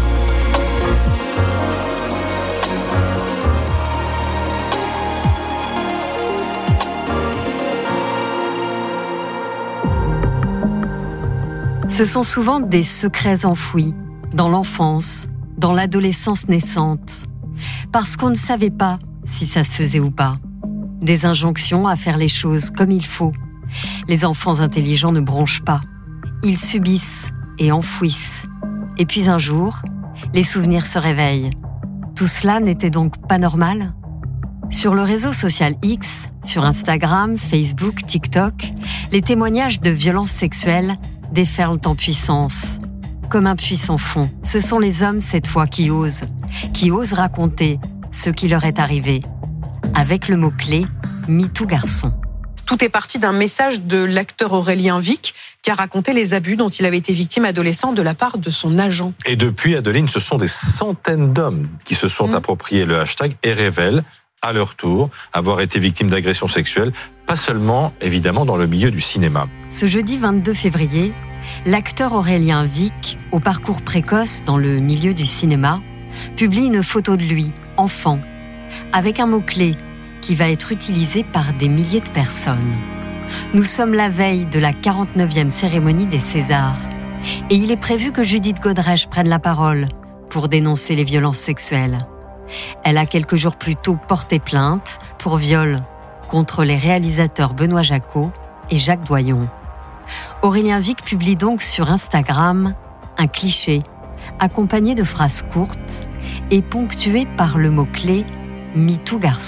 Ce sont souvent des secrets enfouis, dans l'enfance, dans l'adolescence naissante, parce qu'on ne savait pas si ça se faisait ou pas. Des injonctions à faire les choses comme il faut. Les enfants intelligents ne bronchent pas. Ils subissent et enfouissent. Et puis un jour, les souvenirs se réveillent. Tout cela n'était donc pas normal ? Sur le réseau social X, sur Instagram, Facebook, TikTok, les témoignages de violences sexuelles déferlent en puissance. Comme un puits sans fond, ce sont les hommes cette fois qui osent raconter ce qui leur est arrivé. Avec le mot-clé « MeToo garçon ». Tout est parti d'un message de l'acteur Aurélien Vic qui a raconté les abus dont il avait été victime adolescent de la part de son agent. Et depuis, Adeline, ce sont des centaines d'hommes qui se sont appropriés le hashtag et révèlent, à leur tour, avoir été victimes d'agressions sexuelles, pas seulement, évidemment, dans le milieu du cinéma. Ce jeudi 22 février, l'acteur Aurélien Vic, au parcours précoce dans le milieu du cinéma, publie une photo de lui, enfant, avec un mot-clé qui va être utilisé par des milliers de personnes. Nous sommes la veille de la 49e cérémonie des Césars et il est prévu que Judith Godrèche prenne la parole pour dénoncer les violences sexuelles. Elle a quelques jours plus tôt porté plainte pour viol contre les réalisateurs Benoît Jacquot et Jacques Doyon. Aurélien Vic publie donc sur Instagram un cliché accompagné de phrases courtes et ponctué par le mot-clé « MeToo garçon ».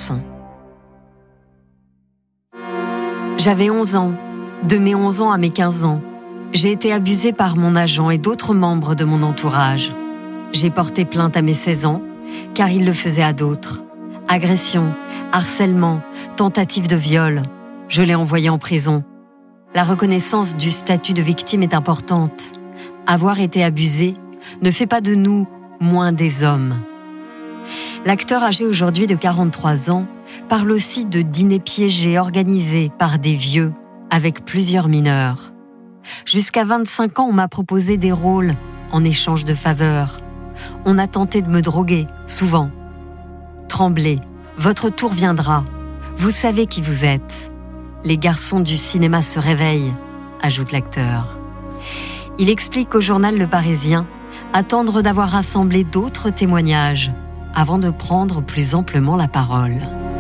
J'avais 11 ans. De mes 11 ans à mes 15 ans, j'ai été abusée par mon agent et d'autres membres de mon entourage. J'ai porté plainte à mes 16 ans, car il le faisait à d'autres. Agression, harcèlement, tentative de viol. Je l'ai envoyé en prison. La reconnaissance du statut de victime est importante. Avoir été abusé ne fait pas de nous moins des hommes. L'acteur âgé aujourd'hui de 43 ans parle aussi de dîners piégés organisés par des vieux avec plusieurs mineurs. Jusqu'à 25 ans, on m'a proposé des rôles en échange de faveurs. On a tenté de me droguer, souvent. Tremblez, votre tour viendra. Vous savez qui vous êtes. Les garçons du cinéma se réveillent, ajoute l'acteur. Il explique au journal Le Parisien attendre d'avoir rassemblé d'autres témoignages avant de prendre plus amplement la parole.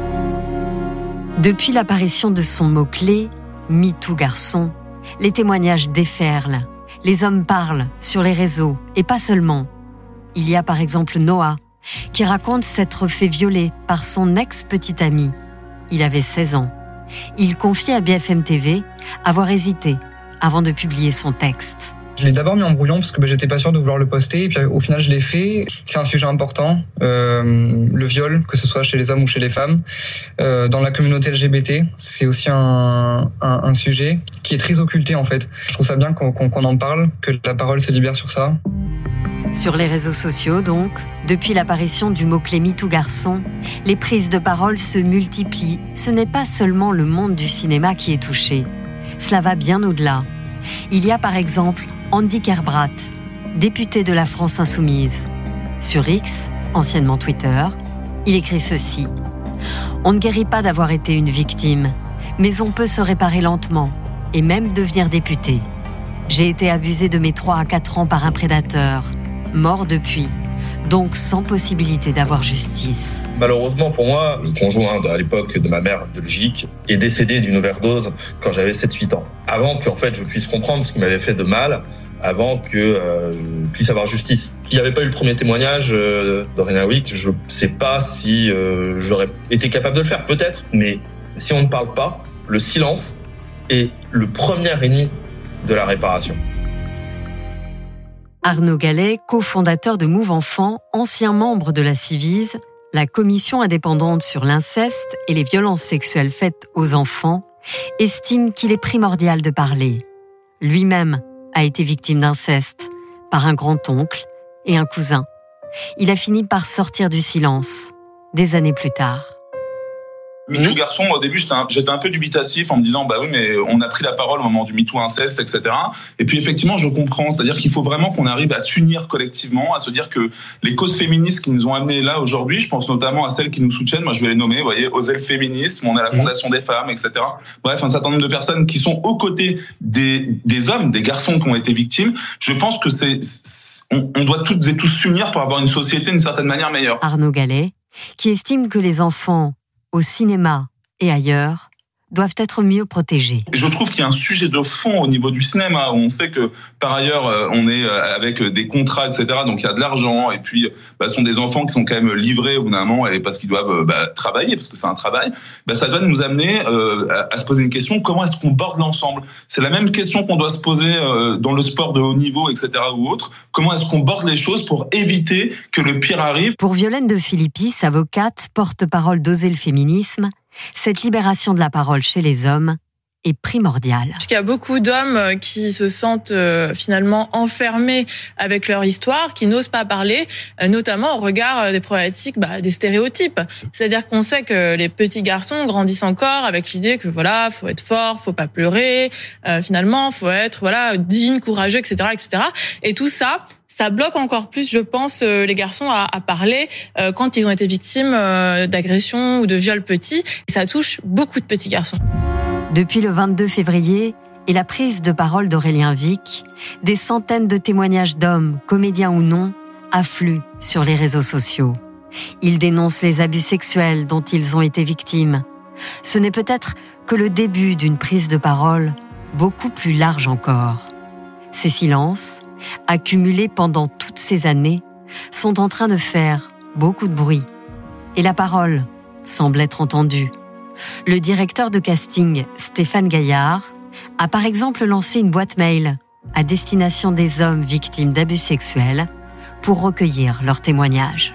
Depuis l'apparition de son mot-clé, MeToo garçon, les témoignages déferlent. Les hommes parlent sur les réseaux, et pas seulement. Il y a par exemple Noah, qui raconte s'être fait violer par son ex-petit ami. Il avait 16 ans. Il confie à BFM TV avoir hésité avant de publier son texte. Je l'ai d'abord mis en brouillon parce que j'étais pas sûr de vouloir le poster et puis au final je l'ai fait. C'est un sujet important, le viol, que ce soit chez les hommes ou chez les femmes. Dans la communauté LGBT, c'est aussi un sujet qui est très occulté en fait. Je trouve ça bien qu'on en parle, que la parole se libère sur ça. Sur les réseaux sociaux donc, depuis l'apparition du mot-clé MeToo garçon, les prises de parole se multiplient. Ce n'est pas seulement le monde du cinéma qui est touché. Cela va bien au-delà. Il y a par exemple Andy Kerbrat, député de la France Insoumise. Sur X, anciennement Twitter, il écrit ceci. On ne guérit pas d'avoir été une victime, mais on peut se réparer lentement et même devenir député. J'ai été abusé de mes 3 à 4 ans par un prédateur, mort depuis, donc sans possibilité d'avoir justice. Malheureusement pour moi, le conjoint à l'époque de ma mère biologique est décédé d'une overdose quand j'avais 7-8 ans. Avant qu'en fait je puisse comprendre ce qui m'avait fait de mal, avant que je puisse avoir justice. S'il n'y avait pas eu le premier témoignage d'Aurélien Vic, je ne sais pas si j'aurais été capable de le faire, peut-être. Mais si on ne parle pas, le silence est le premier ennemi de la réparation. Arnaud Gallet, cofondateur de Move Enfants, ancien membre de la Civise, la commission indépendante sur l'inceste et les violences sexuelles faites aux enfants, estime qu'il est primordial de parler. Lui-même a été victime d'inceste par un grand-oncle et un cousin. Il a fini par sortir du silence des années plus tard. MeToo garçon, au début, j'étais un peu dubitatif en me disant, bah oui, mais on a pris la parole au moment du MeToo inceste, etc. Et puis effectivement, je comprends. C'est-à-dire qu'il faut vraiment qu'on arrive à s'unir collectivement, à se dire que les causes féministes qui nous ont amenés là aujourd'hui, je pense notamment à celles qui nous soutiennent, moi je vais les nommer, vous voyez, Osez le féminisme, on a la Fondation des femmes, etc. Bref, un certain nombre de personnes qui sont aux côtés des hommes, des garçons qui ont été victimes. Je pense que on doit toutes et tous s'unir pour avoir une société d'une certaine manière meilleure. Arnaud Gallet, qui estime que les enfants au cinéma et ailleurs, doivent être mieux protégés. Je trouve qu'il y a un sujet de fond au niveau du cinéma, où on sait que, par ailleurs, on est avec des contrats, etc., donc il y a de l'argent, et puis ce sont des enfants qui sont quand même livrés au bout d'un moment, et parce qu'ils doivent travailler, parce que c'est un travail, ça doit nous amener à se poser une question, comment est-ce qu'on borde l'ensemble ? C'est la même question qu'on doit se poser dans le sport de haut niveau, etc., ou autre. Comment est-ce qu'on borde les choses pour éviter que le pire arrive ? Pour Violaine de Philippis, avocate, porte-parole d'Oser le féminisme, cette libération de la parole chez les hommes est primordial. Parce qu'il y a beaucoup d'hommes qui se sentent finalement enfermés avec leur histoire, qui n'osent pas parler, notamment au regard des problématiques, des stéréotypes. C'est-à-dire qu'on sait que les petits garçons grandissent encore avec l'idée que voilà, faut être fort, faut pas pleurer, finalement, faut être digne, courageux, etc., etc. Et tout ça bloque encore plus, je pense, les garçons à parler quand ils ont été victimes d'agressions ou de viols petits. Et ça touche beaucoup de petits garçons. Depuis le 22 février et la prise de parole d'Aurélien Vic, des centaines de témoignages d'hommes, comédiens ou non, affluent sur les réseaux sociaux. Ils dénoncent les abus sexuels dont ils ont été victimes. Ce n'est peut-être que le début d'une prise de parole beaucoup plus large encore. Ces silences, accumulés pendant toutes ces années, sont en train de faire beaucoup de bruit. Et la parole semble être entendue. Le directeur de casting, Stéphane Gaillard, a par exemple lancé une boîte mail à destination des hommes victimes d'abus sexuels pour recueillir leurs témoignages.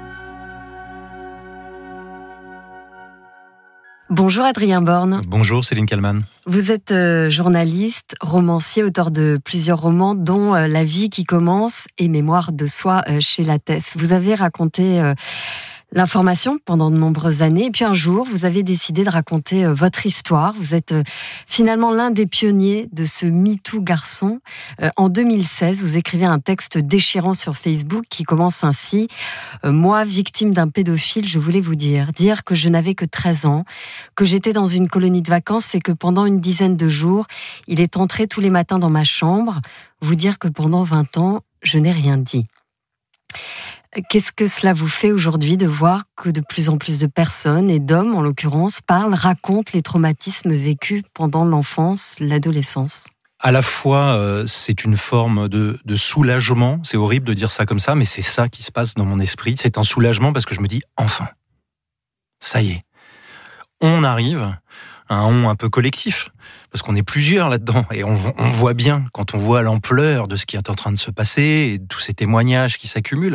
Bonjour Adrien Borne. Bonjour Céline Kallmann. Vous êtes journaliste, romancier, auteur de plusieurs romans dont La vie qui commence et Mémoire de soi chez Lattès. Vous avez raconté l'information pendant de nombreuses années et puis un jour vous avez décidé de raconter votre histoire. Vous êtes finalement l'un des pionniers de ce MeToo garçon. En 2016, vous écrivez un texte déchirant sur Facebook qui commence ainsi: moi, victime d'un pédophile, je voulais vous dire que je n'avais que 13 ans, que j'étais dans une colonie de vacances et que pendant une dizaine de jours, il est entré tous les matins dans ma chambre, vous dire que pendant 20 ans, je n'ai rien dit. Qu'est-ce que cela vous fait aujourd'hui de voir que de plus en plus de personnes, et d'hommes en l'occurrence, racontent les traumatismes vécus pendant l'enfance, l'adolescence ? À la fois, c'est une forme de soulagement, c'est horrible de dire ça comme ça, mais c'est ça qui se passe dans mon esprit. C'est un soulagement parce que je me dis, enfin, ça y est, on arrive à un on un peu collectif, parce qu'on est plusieurs là-dedans, et on voit bien, quand on voit l'ampleur de ce qui est en train de se passer, et tous ces témoignages qui s'accumulent,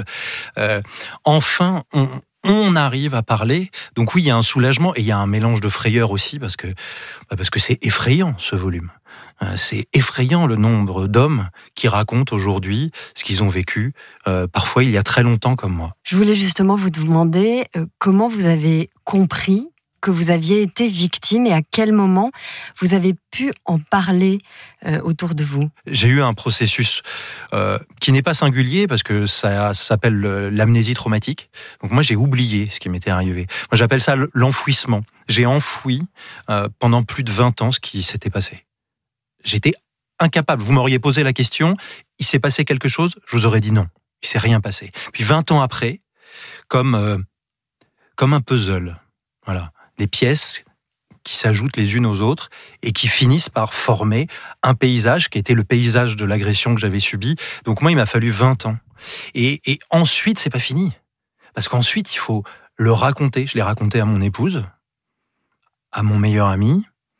enfin, on arrive à parler. Donc oui, il y a un soulagement, et il y a un mélange de frayeur aussi, parce que c'est effrayant, ce volume. C'est effrayant le nombre d'hommes qui racontent aujourd'hui ce qu'ils ont vécu, parfois il y a très longtemps comme moi. Je voulais justement vous demander comment vous avez compris que vous aviez été victime et à quel moment vous avez pu en parler autour de vous. J'ai eu un processus qui n'est pas singulier parce que ça s'appelle l'amnésie traumatique. Donc moi j'ai oublié ce qui m'était arrivé. Moi j'appelle ça l'enfouissement. J'ai enfoui pendant plus de 20 ans ce qui s'était passé. J'étais incapable. Vous m'auriez posé la question, il s'est passé quelque chose, je vous aurais dit non. Il s'est rien passé. Puis 20 ans après, comme un puzzle, voilà. Des pièces qui s'ajoutent les unes aux autres et qui finissent par former un paysage qui était le paysage de l'agression que j'avais subie. Donc moi, il m'a fallu 20 ans. Et ensuite, c'est pas fini. Parce qu'ensuite, il faut le raconter. Je l'ai raconté à mon épouse, à mon meilleur ami.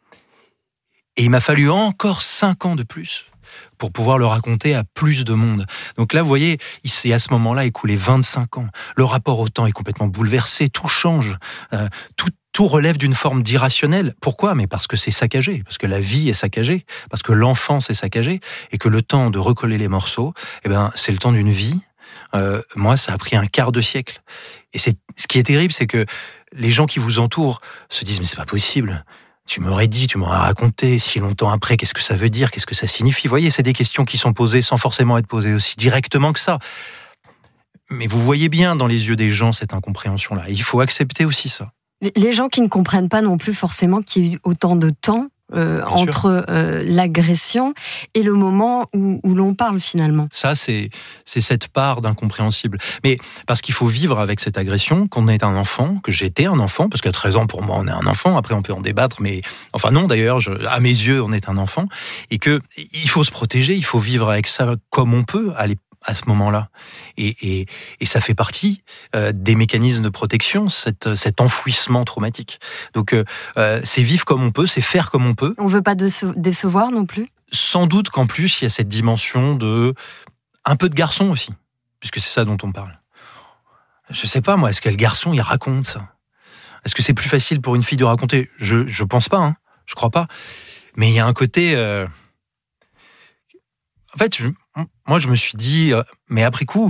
Et il m'a fallu encore 5 ans de plus pour pouvoir le raconter à plus de monde. Donc là, vous voyez, il s'est à ce moment-là écoulé 25 ans. Le rapport au temps est complètement bouleversé, tout change, tout relève d'une forme d'irrationnel. Pourquoi ? Mais parce que c'est saccagé, parce que la vie est saccagée, parce que l'enfance est saccagée, et que le temps de recoller les morceaux, c'est le temps d'une vie. Moi, ça a pris un quart de siècle. Et ce qui est terrible, c'est que les gens qui vous entourent se disent « mais c'est pas possible ». Tu m'aurais dit, tu m'aurais raconté si longtemps après, qu'est-ce que ça veut dire, qu'est-ce que ça signifie. Vous voyez, c'est des questions qui sont posées sans forcément être posées aussi directement que ça. Mais vous voyez bien dans les yeux des gens cette incompréhension-là. Il faut accepter aussi ça. Les gens qui ne comprennent pas non plus forcément qu'il y a eu autant de temps entre l'agression et le moment où l'on parle finalement. Ça, c'est cette part d'incompréhensible. Mais parce qu'il faut vivre avec cette agression, qu'on est un enfant, que j'étais un enfant, parce qu'à 13 ans, pour moi, on est un enfant, après on peut en débattre, mais enfin non d'ailleurs, à mes yeux, on est un enfant, et que il faut se protéger, il faut vivre avec ça comme on peut, à ce moment-là. Et ça fait partie des mécanismes de protection, cet enfouissement traumatique. Donc, c'est vivre comme on peut, c'est faire comme on peut. On ne veut pas décevoir non plus ? Sans doute qu'en plus, il y a cette dimension de un peu de garçon aussi, puisque c'est ça dont on parle. Je sais pas, moi, est-ce que le garçon, il raconte ça ? Est-ce que c'est plus facile pour une fille de raconter ? Je pense pas, je crois pas. Mais il y a un côté... En fait, moi, je me suis dit, mais après coup,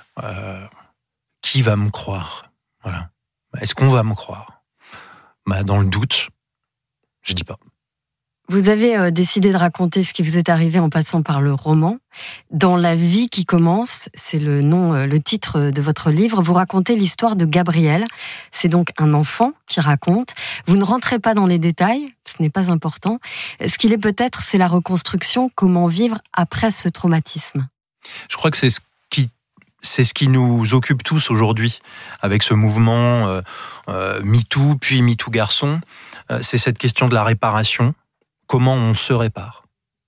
qui va me croire ? Voilà. Est-ce qu'on va me croire ? Dans le doute, je dis pas. Vous avez décidé de raconter ce qui vous est arrivé en passant par le roman. Dans La vie qui commence, c'est le titre de votre livre, vous racontez l'histoire de Gabriel. C'est donc un enfant qui raconte. Vous ne rentrez pas dans les détails, ce n'est pas important. Ce qu'il est peut-être, c'est la reconstruction, comment vivre après ce traumatisme. Je crois que c'est ce qui nous occupe tous aujourd'hui, avec ce mouvement MeToo, puis MeToo Garçon. C'est cette question de la réparation. Comment on se répare ?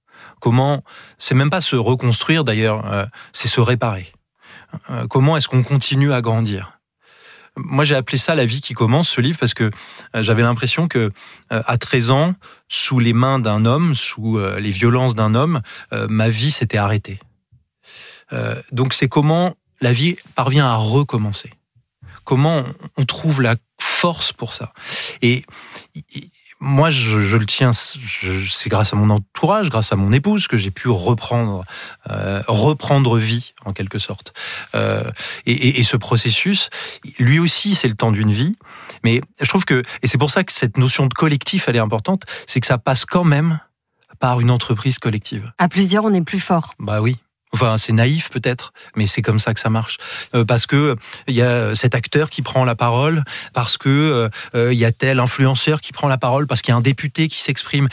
C'est même pas se reconstruire d'ailleurs, c'est se réparer. Comment est-ce qu'on continue à grandir ? Moi, j'ai appelé ça La vie qui commence, ce livre, parce que j'avais l'impression que à 13 ans, sous les mains d'un homme, sous les violences d'un homme, ma vie s'était arrêtée. Donc c'est comment la vie parvient à recommencer. Comment on trouve la force pour ça. Et moi, je le tiens, c'est grâce à mon entourage, grâce à mon épouse, que j'ai pu reprendre vie, en quelque sorte. Et ce processus, lui aussi, c'est le temps d'une vie. Mais je trouve que, et c'est pour ça que cette notion de collectif, elle est importante, c'est que ça passe quand même par une entreprise collective. À plusieurs, on est plus fort. Bah oui. Enfin, c'est naïf peut-être, mais c'est comme ça que ça marche. Parce que il y a cet acteur qui prend la parole, parce que il y a tel influenceur qui prend la parole, parce qu'il y a un député qui s'exprime.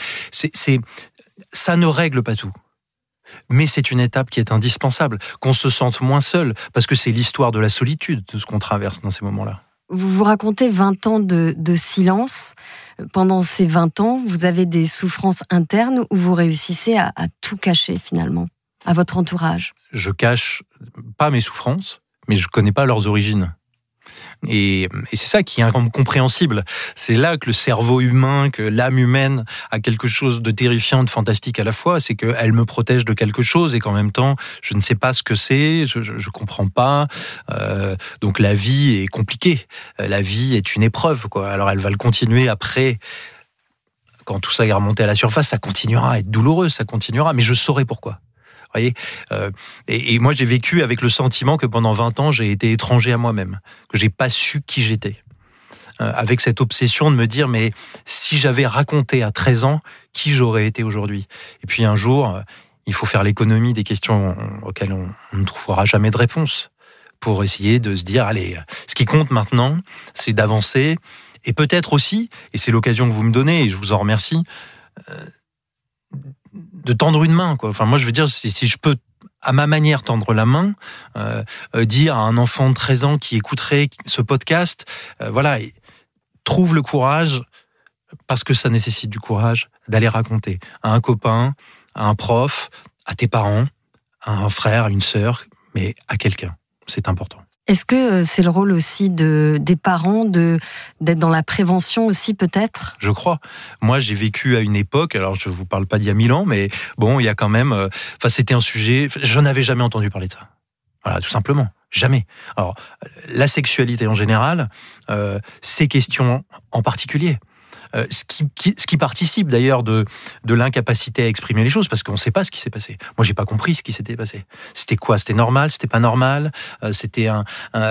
Ça ne règle pas tout. Mais c'est une étape qui est indispensable, qu'on se sente moins seul, parce que c'est l'histoire de la solitude, de ce qu'on traverse dans ces moments-là. Vous vous racontez 20 ans de silence. Pendant ces 20 ans, vous avez des souffrances internes où vous réussissez à tout cacher finalement à votre entourage. Je cache pas mes souffrances, mais je connais pas leurs origines. Et c'est ça qui est incompréhensible. C'est là que le cerveau humain, que l'âme humaine a quelque chose de terrifiant, de fantastique à la fois. C'est qu'elle me protège de quelque chose et qu'en même temps, je ne sais pas ce que c'est, je comprends pas. Donc la vie est compliquée. La vie est une épreuve, quoi. Alors elle va le continuer après. Quand tout ça est remonté à la surface, ça continuera à être douloureux, ça continuera. Mais je saurai pourquoi. Voyez, et moi j'ai vécu avec le sentiment que pendant 20 ans j'ai été étranger à moi-même, que j'ai pas su qui j'étais, avec cette obsession de me dire mais si j'avais raconté à 13 ans qui j'aurais été aujourd'hui. Et puis un jour il faut faire l'économie des questions auxquelles on ne trouvera jamais de réponse, pour essayer de se dire allez, ce qui compte maintenant c'est d'avancer, et peut-être aussi, et c'est l'occasion que vous me donnez et je vous en remercie, de tendre une main, quoi. Enfin, moi, je veux dire, si je peux, à ma manière, tendre la main, dire à un enfant de 13 ans qui écouterait ce podcast, voilà, trouve le courage, parce que ça nécessite du courage, d'aller raconter à un copain, à un prof, à tes parents, à un frère, à une sœur, mais à quelqu'un. C'est important. Est-ce que c'est le rôle aussi des parents d'être dans la prévention aussi, peut-être ? Je crois. Moi, j'ai vécu à une époque, alors je ne vous parle pas d'il y a 1000 ans, mais bon, il y a quand même... c'était un sujet... Je n'avais jamais entendu parler de ça. Voilà, tout simplement. Jamais. Alors, la sexualité en général, ces questions en particulier. Ce qui participe d'ailleurs de l'incapacité à exprimer les choses, parce qu'on ne sait pas ce qui s'est passé. Moi, j'ai pas compris ce qui s'était passé. C'était quoi ? C'était normal ? C'était pas normal ? C'était un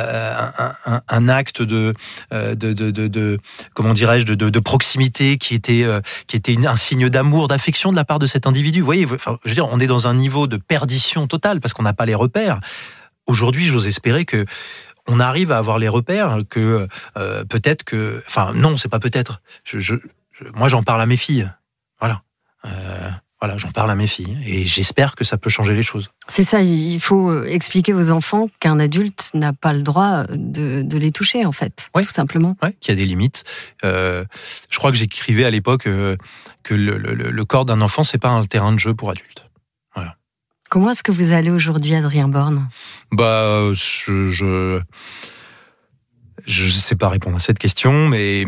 acte de comment dirais-je, de proximité qui était un signe d'amour, d'affection de la part de cet individu. Vous voyez, enfin, je veux dire, on est dans un niveau de perdition totale parce qu'on n'a pas les repères. Aujourd'hui, j'ose espérer que on arrive à avoir les repères, que peut-être que... Enfin, non, c'est pas peut-être. Moi, j'en parle à mes filles. Voilà. Voilà, j'en parle à mes filles. Et j'espère que ça peut changer les choses. C'est ça, il faut expliquer aux enfants qu'un adulte n'a pas le droit de les toucher, en fait, tout simplement. Oui, qu'il y a des limites. Je crois que j'écrivais à l'époque que le corps d'un enfant, c'est pas un terrain de jeu pour adultes. Voilà. Comment est-ce que vous allez aujourd'hui, Adrien Borne ? Je sais pas répondre à cette question, mais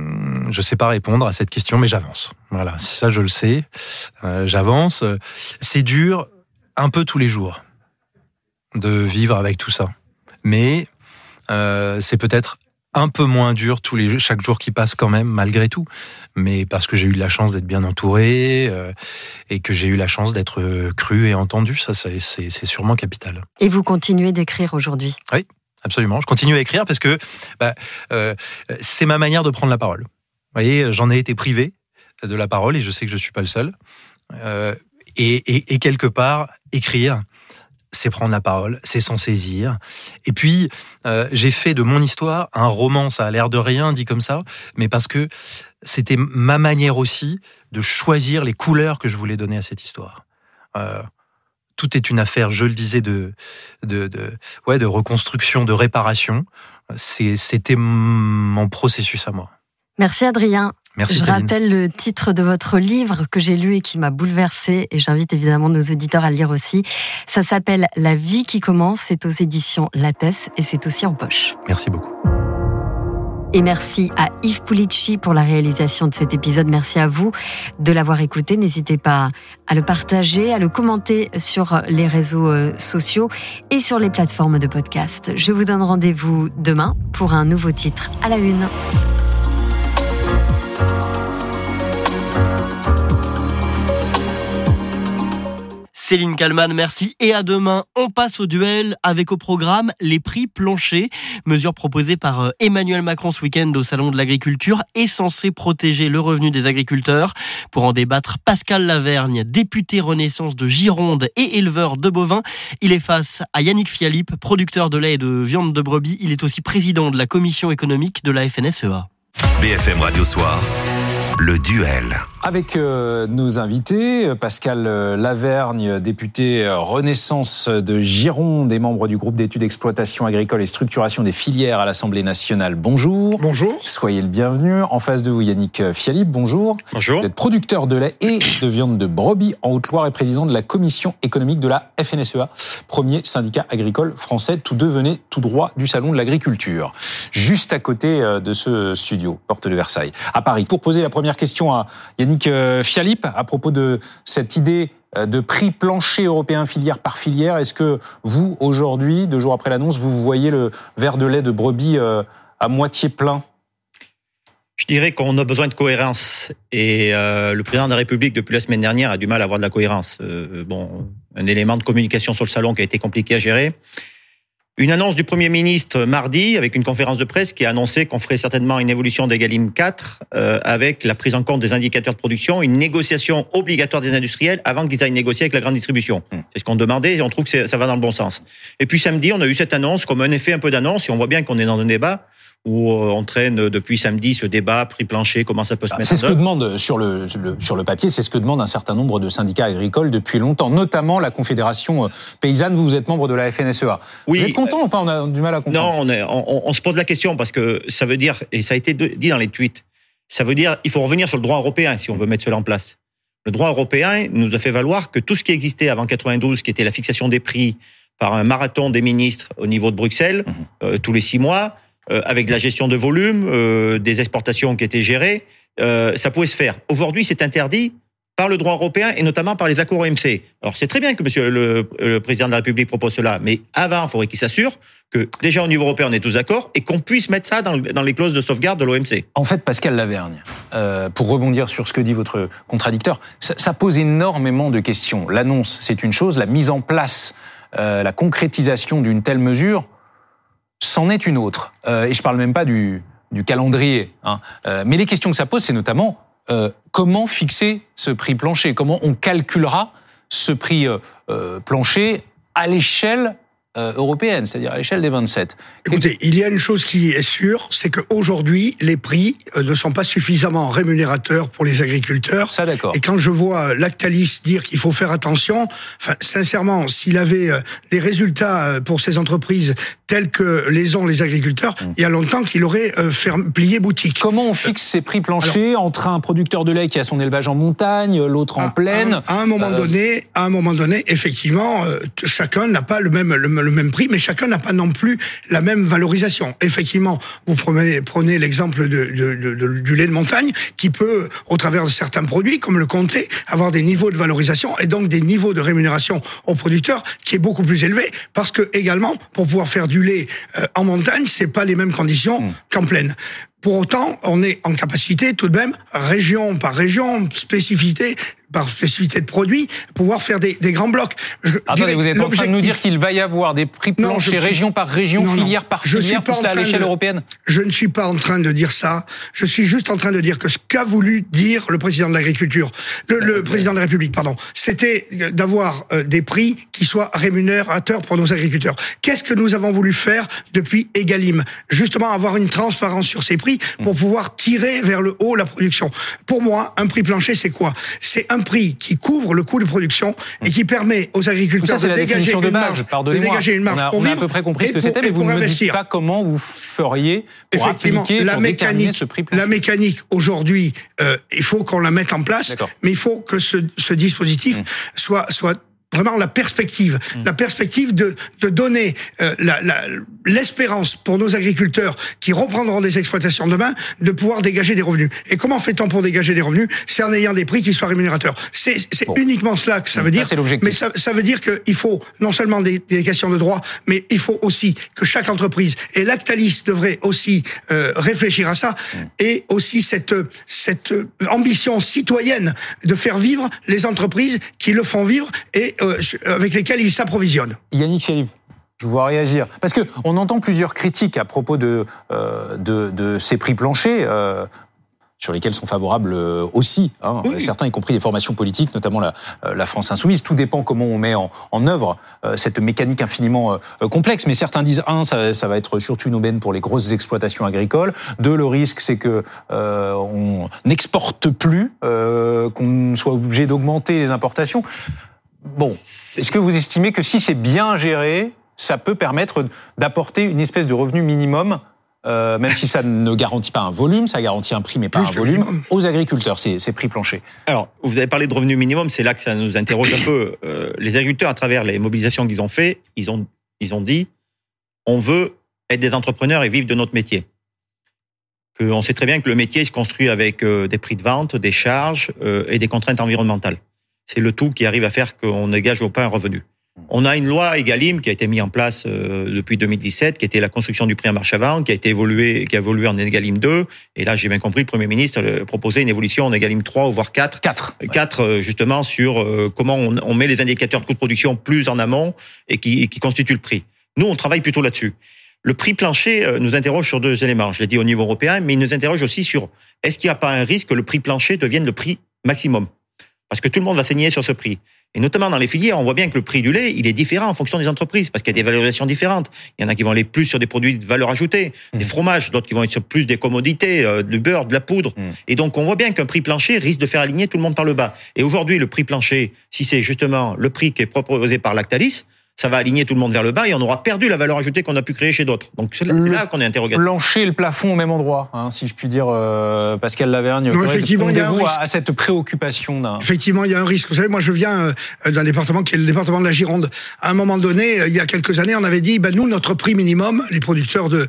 j'avance. Voilà, ça je le sais. J'avance. C'est dur, un peu tous les jours, de vivre avec tout ça. Mais c'est peut-être un peu moins dur chaque jour qui passe quand même, malgré tout. Mais parce que j'ai eu la chance d'être bien entouré et que j'ai eu la chance d'être cru et entendu, ça c'est sûrement capital. Et vous continuez d'écrire aujourd'hui ? Oui, absolument. Je continue à écrire parce que c'est ma manière de prendre la parole. Vous voyez, j'en ai été privé de la parole et je sais que je suis pas le seul. Et quelque part, écrire, c'est prendre la parole, c'est s'en saisir. Et puis, j'ai fait de mon histoire un roman, ça a l'air de rien dit comme ça, mais parce que c'était ma manière aussi de choisir les couleurs que je voulais donner à cette histoire. Tout est une affaire, je le disais, de reconstruction, de réparation. C'était mon processus à moi. Merci Adrien. Merci, je rappelle le titre de votre livre que j'ai lu et qui m'a bouleversée, et j'invite évidemment nos auditeurs à le lire aussi. Ça s'appelle La vie qui commence, c'est aux éditions Lattès et c'est aussi en poche. Merci beaucoup. Et merci à Yves Pulici pour la réalisation de cet épisode. Merci à vous de l'avoir écouté. N'hésitez pas à le partager, à le commenter sur les réseaux sociaux et sur les plateformes de podcast. Je vous donne rendez-vous demain pour un nouveau titre à la une. Céline Kallmann, merci et à demain. On passe au duel avec au programme les prix planchers, mesure proposée par Emmanuel Macron ce week-end au Salon de l'Agriculture et censée protéger le revenu des agriculteurs. Pour en débattre, Pascal Lavergne, député Renaissance de Gironde et éleveur de bovins. Il est face à Yannick Fialip, producteur de lait et de viande de brebis. Il est aussi président de la commission économique de la FNSEA. BFM Radio Soir, le duel. Avec nos invités, Pascal Lavergne, député Renaissance de Gironde et membre du groupe d'études exploitation agricole et structuration des filières à l'Assemblée nationale. Bonjour. Bonjour. Soyez le bienvenu. En face de vous, Yannick Fialip. Bonjour. Bonjour. Vous êtes producteur de lait et de viande de brebis en Haute-Loire et président de la commission économique de la FNSEA, premier syndicat agricole français. Tous deux venaient tout droit du Salon de l'Agriculture, juste à côté de ce studio, porte de Versailles, à Paris. Pour poser la première question à Yannick Fialip, à propos de cette idée de prix plancher européen filière par filière, est-ce que vous, aujourd'hui, 2 jours après l'annonce, vous voyez le verre de lait de brebis à moitié plein ? Je dirais qu'on a besoin de cohérence et le président de la République, depuis la semaine dernière, a du mal à avoir de la cohérence. Un élément de communication sur le salon qui a été compliqué à gérer. Une annonce du Premier ministre mardi, avec une conférence de presse qui a annoncé qu'on ferait certainement une évolution d'Egalim 4 avec la prise en compte des indicateurs de production, une négociation obligatoire des industriels avant qu'ils aillent négocier avec la grande distribution. C'est ce qu'on demandait et on trouve que ça va dans le bon sens. Et puis samedi, on a eu cette annonce comme un effet un peu d'annonce et on voit bien qu'on est dans un débat où on traîne depuis samedi ce débat, prix plancher, comment ça peut se mettre en œuvre. C'est ce que demande, sur le papier, c'est ce que demande un certain nombre de syndicats agricoles depuis longtemps, notamment la Confédération Paysanne. Vous êtes membre de la FNSEA. Oui, vous êtes content ou pas ? On a du mal à comprendre. Non, on se pose la question parce que ça veut dire, et ça a été dit dans les tweets, ça veut dire il faut revenir sur le droit européen si on veut mettre cela en place. Le droit européen nous a fait valoir que tout ce qui existait avant 92, qui était la fixation des prix par un marathon des ministres au niveau de Bruxelles, tous les 6 mois, avec de la gestion de volume, des exportations qui étaient gérées, ça pouvait se faire. Aujourd'hui, c'est interdit par le droit européen et notamment par les accords OMC. Alors, c'est très bien que monsieur le président de la République propose cela, mais avant, il faudrait qu'il s'assure que déjà au niveau européen, on est tous d'accord et qu'on puisse mettre ça dans les clauses de sauvegarde de l'OMC. En fait, Pascal Lavergne, pour rebondir sur ce que dit votre contradicteur, ça pose énormément de questions. L'annonce, c'est une chose, la mise en place, la concrétisation d'une telle mesure, c'en est une autre. Et je parle même pas du calendrier. Mais les questions que ça pose, c'est notamment comment fixer ce prix plancher ? Comment on calculera ce prix plancher à l'échelle européenne, c'est-à-dire à l'échelle des 27. Écoutez, il y a une chose qui est sûre, c'est qu'aujourd'hui, les prix ne sont pas suffisamment rémunérateurs pour les agriculteurs. Ça, d'accord. Et quand je vois Lactalis dire qu'il faut faire attention, enfin, sincèrement, s'il avait les résultats pour ces entreprises tels que les ont les agriculteurs, il y a longtemps qu'il aurait plié boutique. Comment on fixe ces prix planchers entre un producteur de lait qui a son élevage en montagne, l'autre en plaine À un moment donné, effectivement, chacun n'a pas le même le même prix, mais chacun n'a pas non plus la même valorisation. Effectivement, vous prenez l'exemple du lait de montagne, qui peut, au travers de certains produits, comme le comté, avoir des niveaux de valorisation et donc des niveaux de rémunération aux producteurs qui est beaucoup plus élevé, parce que également, pour pouvoir faire du lait en montagne, c'est pas les mêmes conditions qu'en plaine. Pour autant, on est en capacité, tout de même, région par région, spécificité par spécificité de produit, pouvoir faire des grands blocs. Attendez, vous êtes en train de nous dire qu'il va y avoir des prix planchers région par région, filière par filière, tout cela à l'échelle européenne? Je ne suis pas en train de dire ça. Je suis juste en train de dire que ce qu'a voulu dire le président de l'agriculture, le président de la République, pardon, c'était d'avoir des prix qui soient rémunérateurs pour nos agriculteurs. Qu'est-ce que nous avons voulu faire depuis Egalim? Justement, avoir une transparence sur ces prix pour pouvoir tirer vers le haut la production. Pour moi, un prix plancher, c'est quoi? C'est un prix qui couvre le coût de production et qui permet aux agriculteurs de dégager une marge pour vivre. On a à peu près compris ce que c'était, mais vous ne me dites pas comment vous feriez pour appliquer, pour déterminer ce prix plancher. La mécanique, aujourd'hui, il faut qu'on la mette en place, mais il faut que ce dispositif soit vraiment la perspective de donner l'espérance pour nos agriculteurs qui reprendront des exploitations demain, de pouvoir dégager des revenus. Et comment fait-on pour dégager des revenus? C'est en ayant des prix qui soient rémunérateurs. C'est uniquement cela que ça veut dire. Mais ça veut dire qu'il faut non seulement des questions de droit, mais il faut aussi que chaque entreprise, et Lactalis devrait aussi réfléchir à ça, et aussi cette ambition citoyenne de faire vivre les entreprises qui le font vivre et avec lesquels ils s'approvisionnent. Yannick Philippe, je vous vois réagir. Parce qu'on entend plusieurs critiques à propos de ces prix planchers, sur lesquels sont favorables aussi, certains, y compris des formations politiques, notamment la France Insoumise. Tout dépend comment on met en œuvre cette mécanique infiniment complexe. Mais certains disent, ça va être surtout une aubaine pour les grosses exploitations agricoles. Deux, le risque, c'est que on n'exporte plus, qu'on soit obligé d'augmenter les importations. Bon, est-ce que vous estimez que si c'est bien géré, ça peut permettre d'apporter une espèce de revenu minimum, même si ça ne garantit pas un volume, ça garantit un prix mais pas un volume, aux agriculteurs, ces prix planchers? Alors, vous avez parlé de revenu minimum, c'est là que ça nous interroge un peu. Les agriculteurs, à travers les mobilisations qu'ils ont fait, ils ont dit, on veut être des entrepreneurs et vivre de notre métier. On sait très bien que le métier se construit avec des prix de vente, des charges et des contraintes environnementales. C'est le tout qui arrive à faire qu'on ne dégage pas un revenu. On a une loi Egalim qui a été mise en place depuis 2017, qui était la construction du prix à marche avant, qui a évolué en Egalim 2. Et là, j'ai bien compris, le Premier ministre proposait une évolution en Egalim 3 ou voire 4. 4, justement, sur comment on met les indicateurs de coût de production plus en amont et qui constituent le prix. Nous, on travaille plutôt là-dessus. Le prix plancher nous interroge sur deux éléments. Je l'ai dit au niveau européen, mais il nous interroge aussi sur est-ce qu'il n'y a pas un risque que le prix plancher devienne le prix maximum? Parce que tout le monde va s'aligner sur ce prix. Et notamment dans les filières, on voit bien que le prix du lait, il est différent en fonction des entreprises, parce qu'il y a des valorisations différentes. Il y en a qui vont aller plus sur des produits de valeur ajoutée, des fromages, d'autres qui vont être sur plus des commodités, du beurre, de la poudre. Et donc, on voit bien qu'un prix plancher risque de faire aligner tout le monde par le bas. Et aujourd'hui, le prix plancher, si c'est justement le prix qui est proposé par Lactalis, ça va aligner tout le monde vers le bas et on aura perdu la valeur ajoutée qu'on a pu créer chez d'autres. Donc c'est là qu'on est interrogatif. Le plancher et le plafond au même endroit, si je puis dire, Pascal Lavergne. Effectivement, il y a un risque. À cette préoccupation Effectivement, il y a un risque. Vous savez, moi je viens d'un département qui est le département de la Gironde. À un moment donné, il y a quelques années, on avait dit, nous, notre prix minimum, les producteurs de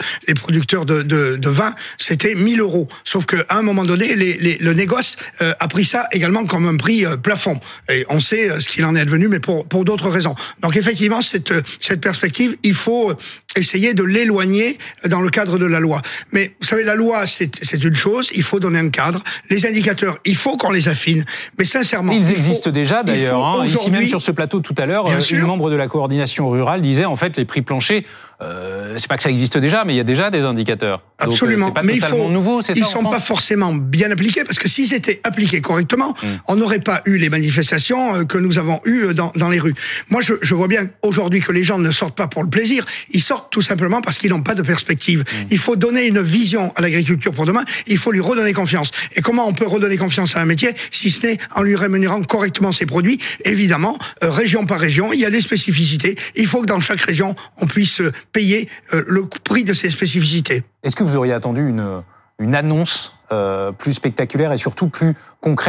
vin, c'était 1 000 €. Sauf qu'à un moment donné, le négoce a pris ça également comme un prix plafond. Et on sait ce qu'il en est advenu, mais pour d'autres raisons. Donc effectivement, cette perspective, il faut essayer de l'éloigner dans le cadre de la loi. Mais vous savez, la loi, c'est une chose, il faut donner un cadre. Les indicateurs, il faut qu'on les affine. Mais sincèrement... Ils existent déjà d'ailleurs. Ici même sur ce plateau tout à l'heure, une membre de la coordination rurale disait en fait les prix planchers, c'est pas que ça existe déjà, mais il y a déjà des indicateurs. Absolument. Donc, c'est pas mais totalement nouveau, c'est ça? Ils sont pas forcément bien appliqués, parce que s'ils étaient appliqués correctement, on n'aurait pas eu les manifestations que nous avons eues dans les rues. Moi, je vois bien aujourd'hui que les gens ne sortent pas pour le plaisir, ils sortent tout simplement parce qu'ils n'ont pas de perspective. Il faut donner une vision à l'agriculture pour demain, il faut lui redonner confiance. Et comment on peut redonner confiance à un métier, si ce n'est en lui rémunérant correctement ses produits? Évidemment, région par région, il y a des spécificités. Il faut que dans chaque région, on puisse payer le prix de ces spécificités. Est-ce que vous auriez attendu une annonce plus spectaculaire et surtout plus concrète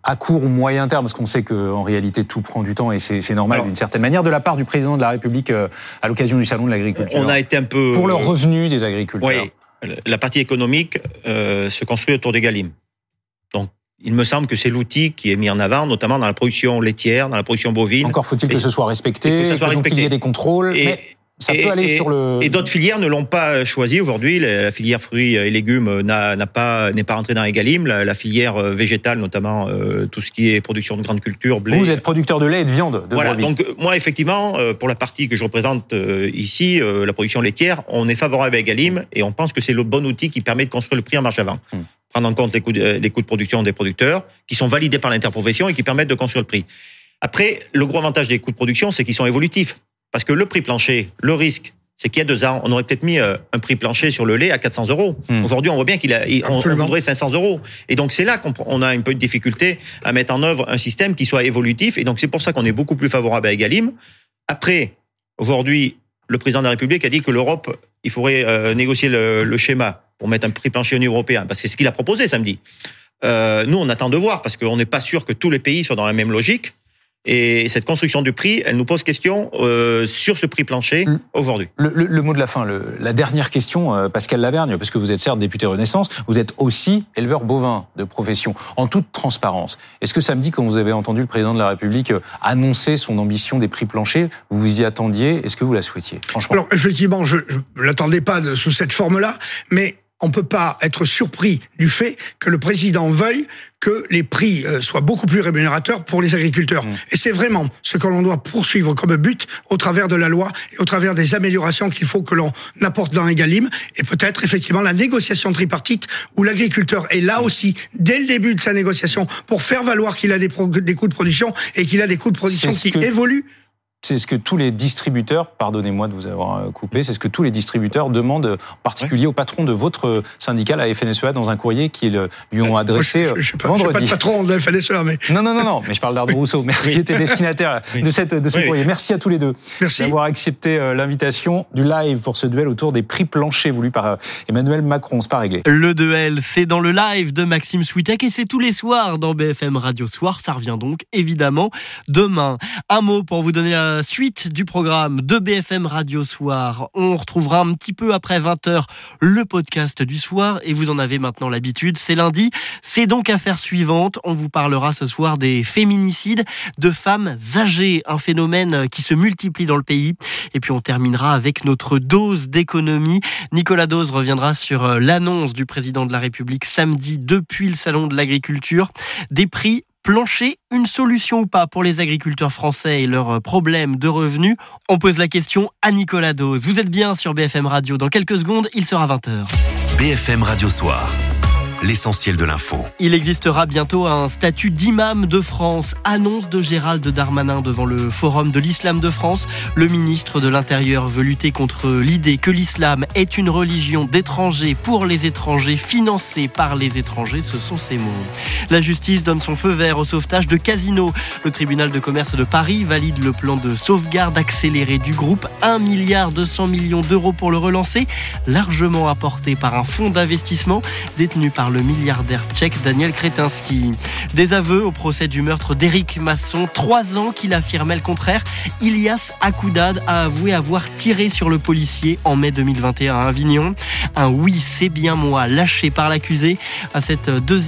à court ou moyen terme, parce qu'on sait qu'en réalité tout prend du temps et c'est normal d'une certaine manière, de la part du président de la République à l'occasion du salon de l'agriculture? On a été un peu... Pour le revenu des agriculteurs. Oui, la partie économique se construit autour des Galim. Donc, il me semble que c'est l'outil qui est mis en avant, notamment dans la production laitière, dans la production bovine. Encore faut-il que ce soit respecté, qu'il y ait des contrôles, mais ça peut aller sur le... Et d'autres filières ne l'ont pas choisi aujourd'hui. La filière fruits et légumes n'est pas rentrée dans les Galim. La filière végétale, notamment tout ce qui est production de grandes cultures, blé. Vous êtes producteur de lait et de viande, de brebis. Donc moi, effectivement, pour la partie que je représente ici, la production laitière, on est favorable à les Galim et on pense que c'est le bon outil qui permet de construire le prix en marche avant. Prendre en compte les coûts de production des producteurs, qui sont validés par l'interprofession et qui permettent de construire le prix. Après, le gros avantage des coûts de production, c'est qu'ils sont évolutifs. Parce que le prix plancher, le risque, c'est qu'il y a 2 ans, on aurait peut-être mis un prix plancher sur le lait à 400 €. Aujourd'hui, on voit bien on voudrait 500 €. Et donc, c'est là qu'on a un peu de difficulté à mettre en œuvre un système qui soit évolutif. Et donc, c'est pour ça qu'on est beaucoup plus favorable à Egalim. Après, aujourd'hui, le président de la République a dit que l'Europe, il faudrait négocier le schéma pour mettre un prix plancher au niveau européen. Parce que c'est ce qu'il a proposé samedi. Nous, on attend de voir parce qu'on n'est pas sûr que tous les pays soient dans la même logique. Et cette construction du prix, elle nous pose question sur ce prix plancher aujourd'hui. Le mot de la fin, la dernière question, Pascal Lavergne, parce que vous êtes certes député Renaissance, vous êtes aussi éleveur bovin de profession, en toute transparence. Est-ce que samedi, quand vous avez entendu le président de la République annoncer son ambition des prix planchers, vous vous y attendiez? Est-ce que vous la souhaitiez, franchement? Alors, effectivement, je ne l'attendais pas sous cette forme-là, mais on peut pas être surpris du fait que le président veuille que les prix soient beaucoup plus rémunérateurs pour les agriculteurs. Et c'est vraiment ce que l'on doit poursuivre comme but au travers de la loi et au travers des améliorations qu'il faut que l'on apporte dans Egalim, et peut-être effectivement la négociation tripartite où l'agriculteur est là aussi dès le début de sa négociation pour faire valoir qu'il a des coûts de production et qu'il a des coûts de production qui évoluent. C'est ce que tous les distributeurs, pardonnez-moi de vous avoir coupé, c'est ce que tous les distributeurs demandent, en particulier au patron de votre syndicat, la FNSEA, dans un courrier qu'ils lui ont adressé vendredi. Je suis pas le patron de la FNSEA, mais... Non, mais je parle d'Arnaud Rousseau, mais qui était destinataire de ce courrier. Merci à tous les deux d'avoir accepté l'invitation du live pour ce duel autour des prix planchers voulus par Emmanuel Macron. C'est pas réglé. Le duel, c'est dans le live de Maxime Switek et c'est tous les soirs dans BFM Radio Soir. Ça revient donc évidemment demain. Un mot pour vous donner la suite du programme de BFM Radio Soir. On retrouvera un petit peu après 20h le podcast du soir et vous en avez maintenant l'habitude. C'est lundi, c'est donc affaire suivante. On vous parlera ce soir des féminicides de femmes âgées, un phénomène qui se multiplie dans le pays. Et puis on terminera avec notre dose d'économie. Nicolas Dose reviendra sur l'annonce du président de la République samedi depuis le salon de l'agriculture des prix plancher, une solution ou pas pour les agriculteurs français et leurs problèmes de revenus? On pose la question à Nicolas Dose. Vous êtes bien sur BFM Radio. Dans quelques secondes, il sera 20h. BFM Radio Soir. L'essentiel de l'info. Il existera bientôt un statut d'imam de France. Annonce de Gérald Darmanin devant le Forum de l'Islam de France. Le ministre de l'Intérieur veut lutter contre l'idée que l'islam est une religion d'étrangers pour les étrangers, financée par les étrangers. Ce sont ses mots. La justice donne son feu vert au sauvetage de Casino. Le tribunal de commerce de Paris valide le plan de sauvegarde accéléré du groupe. 1,2 milliard d'euros pour le relancer, largement apporté par un fonds d'investissement détenu par le milliardaire tchèque Daniel Kretinsky. Des aveux au procès du meurtre d'Éric Masson. 3 ans qu'il affirmait le contraire. Ilyas Akoudad a avoué avoir tiré sur le policier en mai 2021 à Avignon. Un oui, c'est bien moi lâché par l'accusé à cette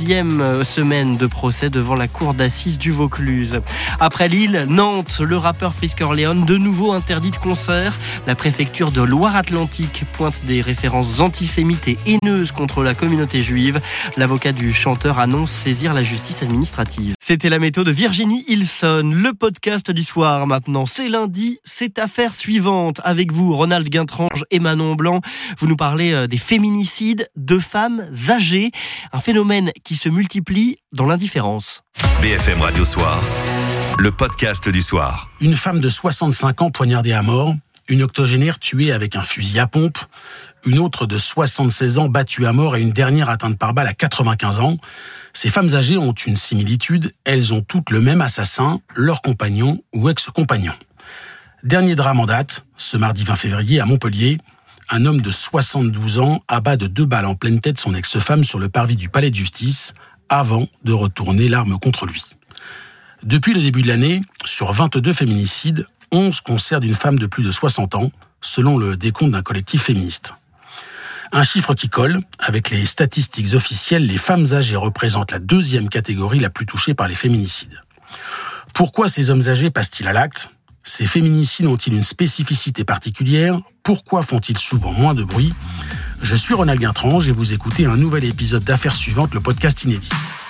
2e semaine de procès devant la cour d'assises du Vaucluse. Après Lille, Nantes, le rappeur Frisk Orleans de nouveau interdit de concert. La préfecture de Loire-Atlantique pointe des références antisémites et haineuses contre la communauté juive. L'avocat du chanteur annonce saisir la justice administrative. C'était la méthode de Virginie Hilson. Le podcast du soir maintenant. C'est lundi, c'est affaire suivante. Avec vous, Ronald Guintrange et Manon Blanc. Vous nous parlez des féminicides de femmes âgées. Un phénomène qui se multiplie dans l'indifférence. BFM Radio Soir, le podcast du soir. Une femme de 65 ans poignardée à mort. Une octogénaire tuée avec un fusil à pompe. Une autre de 76 ans battue à mort et une dernière atteinte par balle à 95 ans. Ces femmes âgées ont une similitude, elles ont toutes le même assassin, leur compagnon ou ex-compagnon. Dernier drame en date, ce mardi 20 février à Montpellier, un homme de 72 ans abat de 2 balles en pleine tête son ex-femme sur le parvis du palais de justice avant de retourner l'arme contre lui. Depuis le début de l'année, sur 22 féminicides, 11 concernent une femme de plus de 60 ans, selon le décompte d'un collectif féministe. Un chiffre qui colle, avec les statistiques officielles, les femmes âgées représentent la deuxième catégorie la plus touchée par les féminicides. Pourquoi ces hommes âgés passent-ils à l'acte ? Ces féminicides ont-ils une spécificité particulière ? Pourquoi font-ils souvent moins de bruit ? Je suis Ronald Guintrange et vous écoutez un nouvel épisode d'Affaires suivantes, le podcast inédit.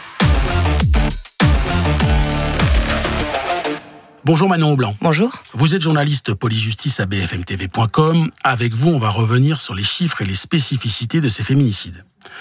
Bonjour Manon Aublanc. Bonjour. Vous êtes journaliste police-justice à bfmtv.com. Avec vous, on va revenir sur les chiffres et les spécificités de ces féminicides.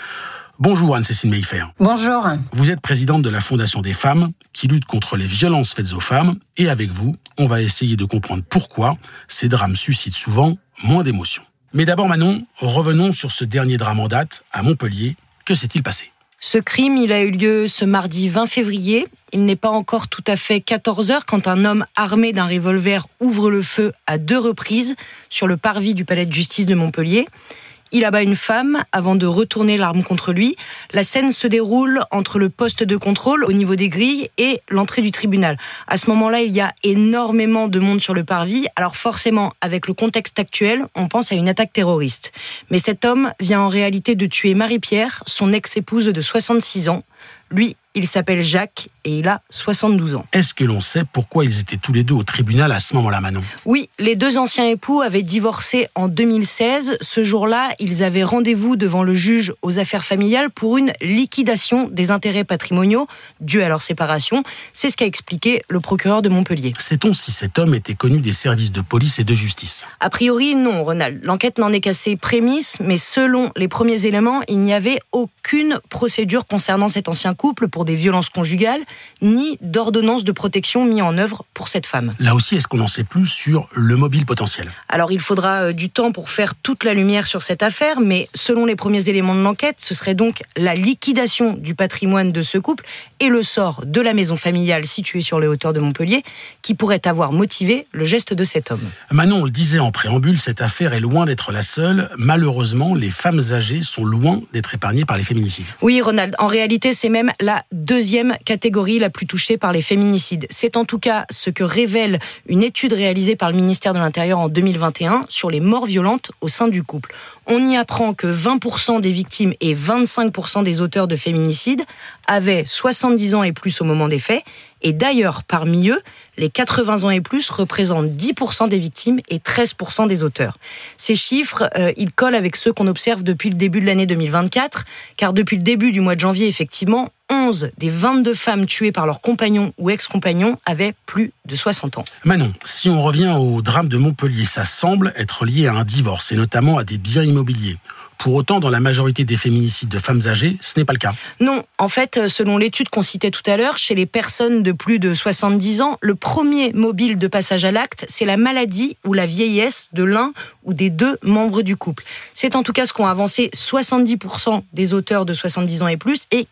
Bonjour Anne-Cécile Meilfer. Bonjour. Vous êtes présidente de la Fondation des femmes qui lutte contre les violences faites aux femmes. Et avec vous, on va essayer de comprendre pourquoi ces drames suscitent souvent moins d'émotions. Mais d'abord Manon, revenons sur ce dernier drame en date, à Montpellier. Que s'est-il passé ? Ce crime, il a eu lieu ce mardi 20 février. Il n'est pas encore tout à fait 14h quand un homme armé d'un revolver ouvre le feu à 2 reprises sur le parvis du palais de justice de Montpellier. Il abat une femme avant de retourner l'arme contre lui. La scène se déroule entre le poste de contrôle au niveau des grilles et l'entrée du tribunal. À ce moment-là, il y a énormément de monde sur le parvis. Alors forcément, avec le contexte actuel, on pense à une attaque terroriste. Mais cet homme vient en réalité de tuer Marie-Pierre, son ex-épouse de 66 ans. Lui, il s'appelle Jacques et il a 72 ans. Est-ce que l'on sait pourquoi ils étaient tous les deux au tribunal à ce moment-là, Manon ? Oui, les 2 anciens époux avaient divorcé en 2016. Ce jour-là, ils avaient rendez-vous devant le juge aux affaires familiales pour une liquidation des intérêts patrimoniaux dus à leur séparation. C'est ce qu'a expliqué le procureur de Montpellier. Sait-on si cet homme était connu des services de police et de justice ? A priori, non, Ronald. L'enquête n'en est qu'à ses prémices, mais selon les premiers éléments, il n'y avait aucune procédure concernant cet ancien couple pour des violences conjugales, ni d'ordonnance de protection mis en œuvre pour cette femme. Là aussi, est-ce qu'on en sait plus sur le mobile potentiel ? Alors, il faudra du temps pour faire toute la lumière sur cette affaire, mais selon les premiers éléments de l'enquête, ce serait donc la liquidation du patrimoine de ce couple et le sort de la maison familiale située sur les hauteurs de Montpellier qui pourrait avoir motivé le geste de cet homme. Manon, on le disait en préambule, cette affaire est loin d'être la seule. Malheureusement, les femmes âgées sont loin d'être épargnées par les féminicides. Oui, Ronald, en réalité, c'est même la deuxième catégorie la plus touchée par les féminicides. C'est en tout cas ce que révèle une étude réalisée par le ministère de l'Intérieur en 2021 sur les morts violentes au sein du couple. On y apprend que 20% des victimes et 25% des auteurs de féminicides avaient 70 ans et plus au moment des faits. Et d'ailleurs, parmi eux, les 80 ans et plus représentent 10% des victimes et 13% des auteurs. Ces chiffres, ils collent avec ceux qu'on observe depuis le début de l'année 2024, car depuis le début du mois de janvier, effectivement, 11 des 22 femmes tuées par leurs compagnons ou ex-compagnons avaient plus de 60 ans. Manon, si on revient au drame de Montpellier, ça semble être lié à un divorce et notamment à des biens immobiliers. Pour autant, dans la majorité des féminicides de femmes âgées, ce n'est pas le cas. Non, en fait, selon l'étude qu'on citait tout à l'heure, chez les personnes de plus de 70 ans, le premier mobile de passage à l'acte, c'est la maladie ou la vieillesse de l'un ou des 2 membres du couple. C'est en tout cas ce qu'ont avancé 70% des auteurs de 70 ans et plus et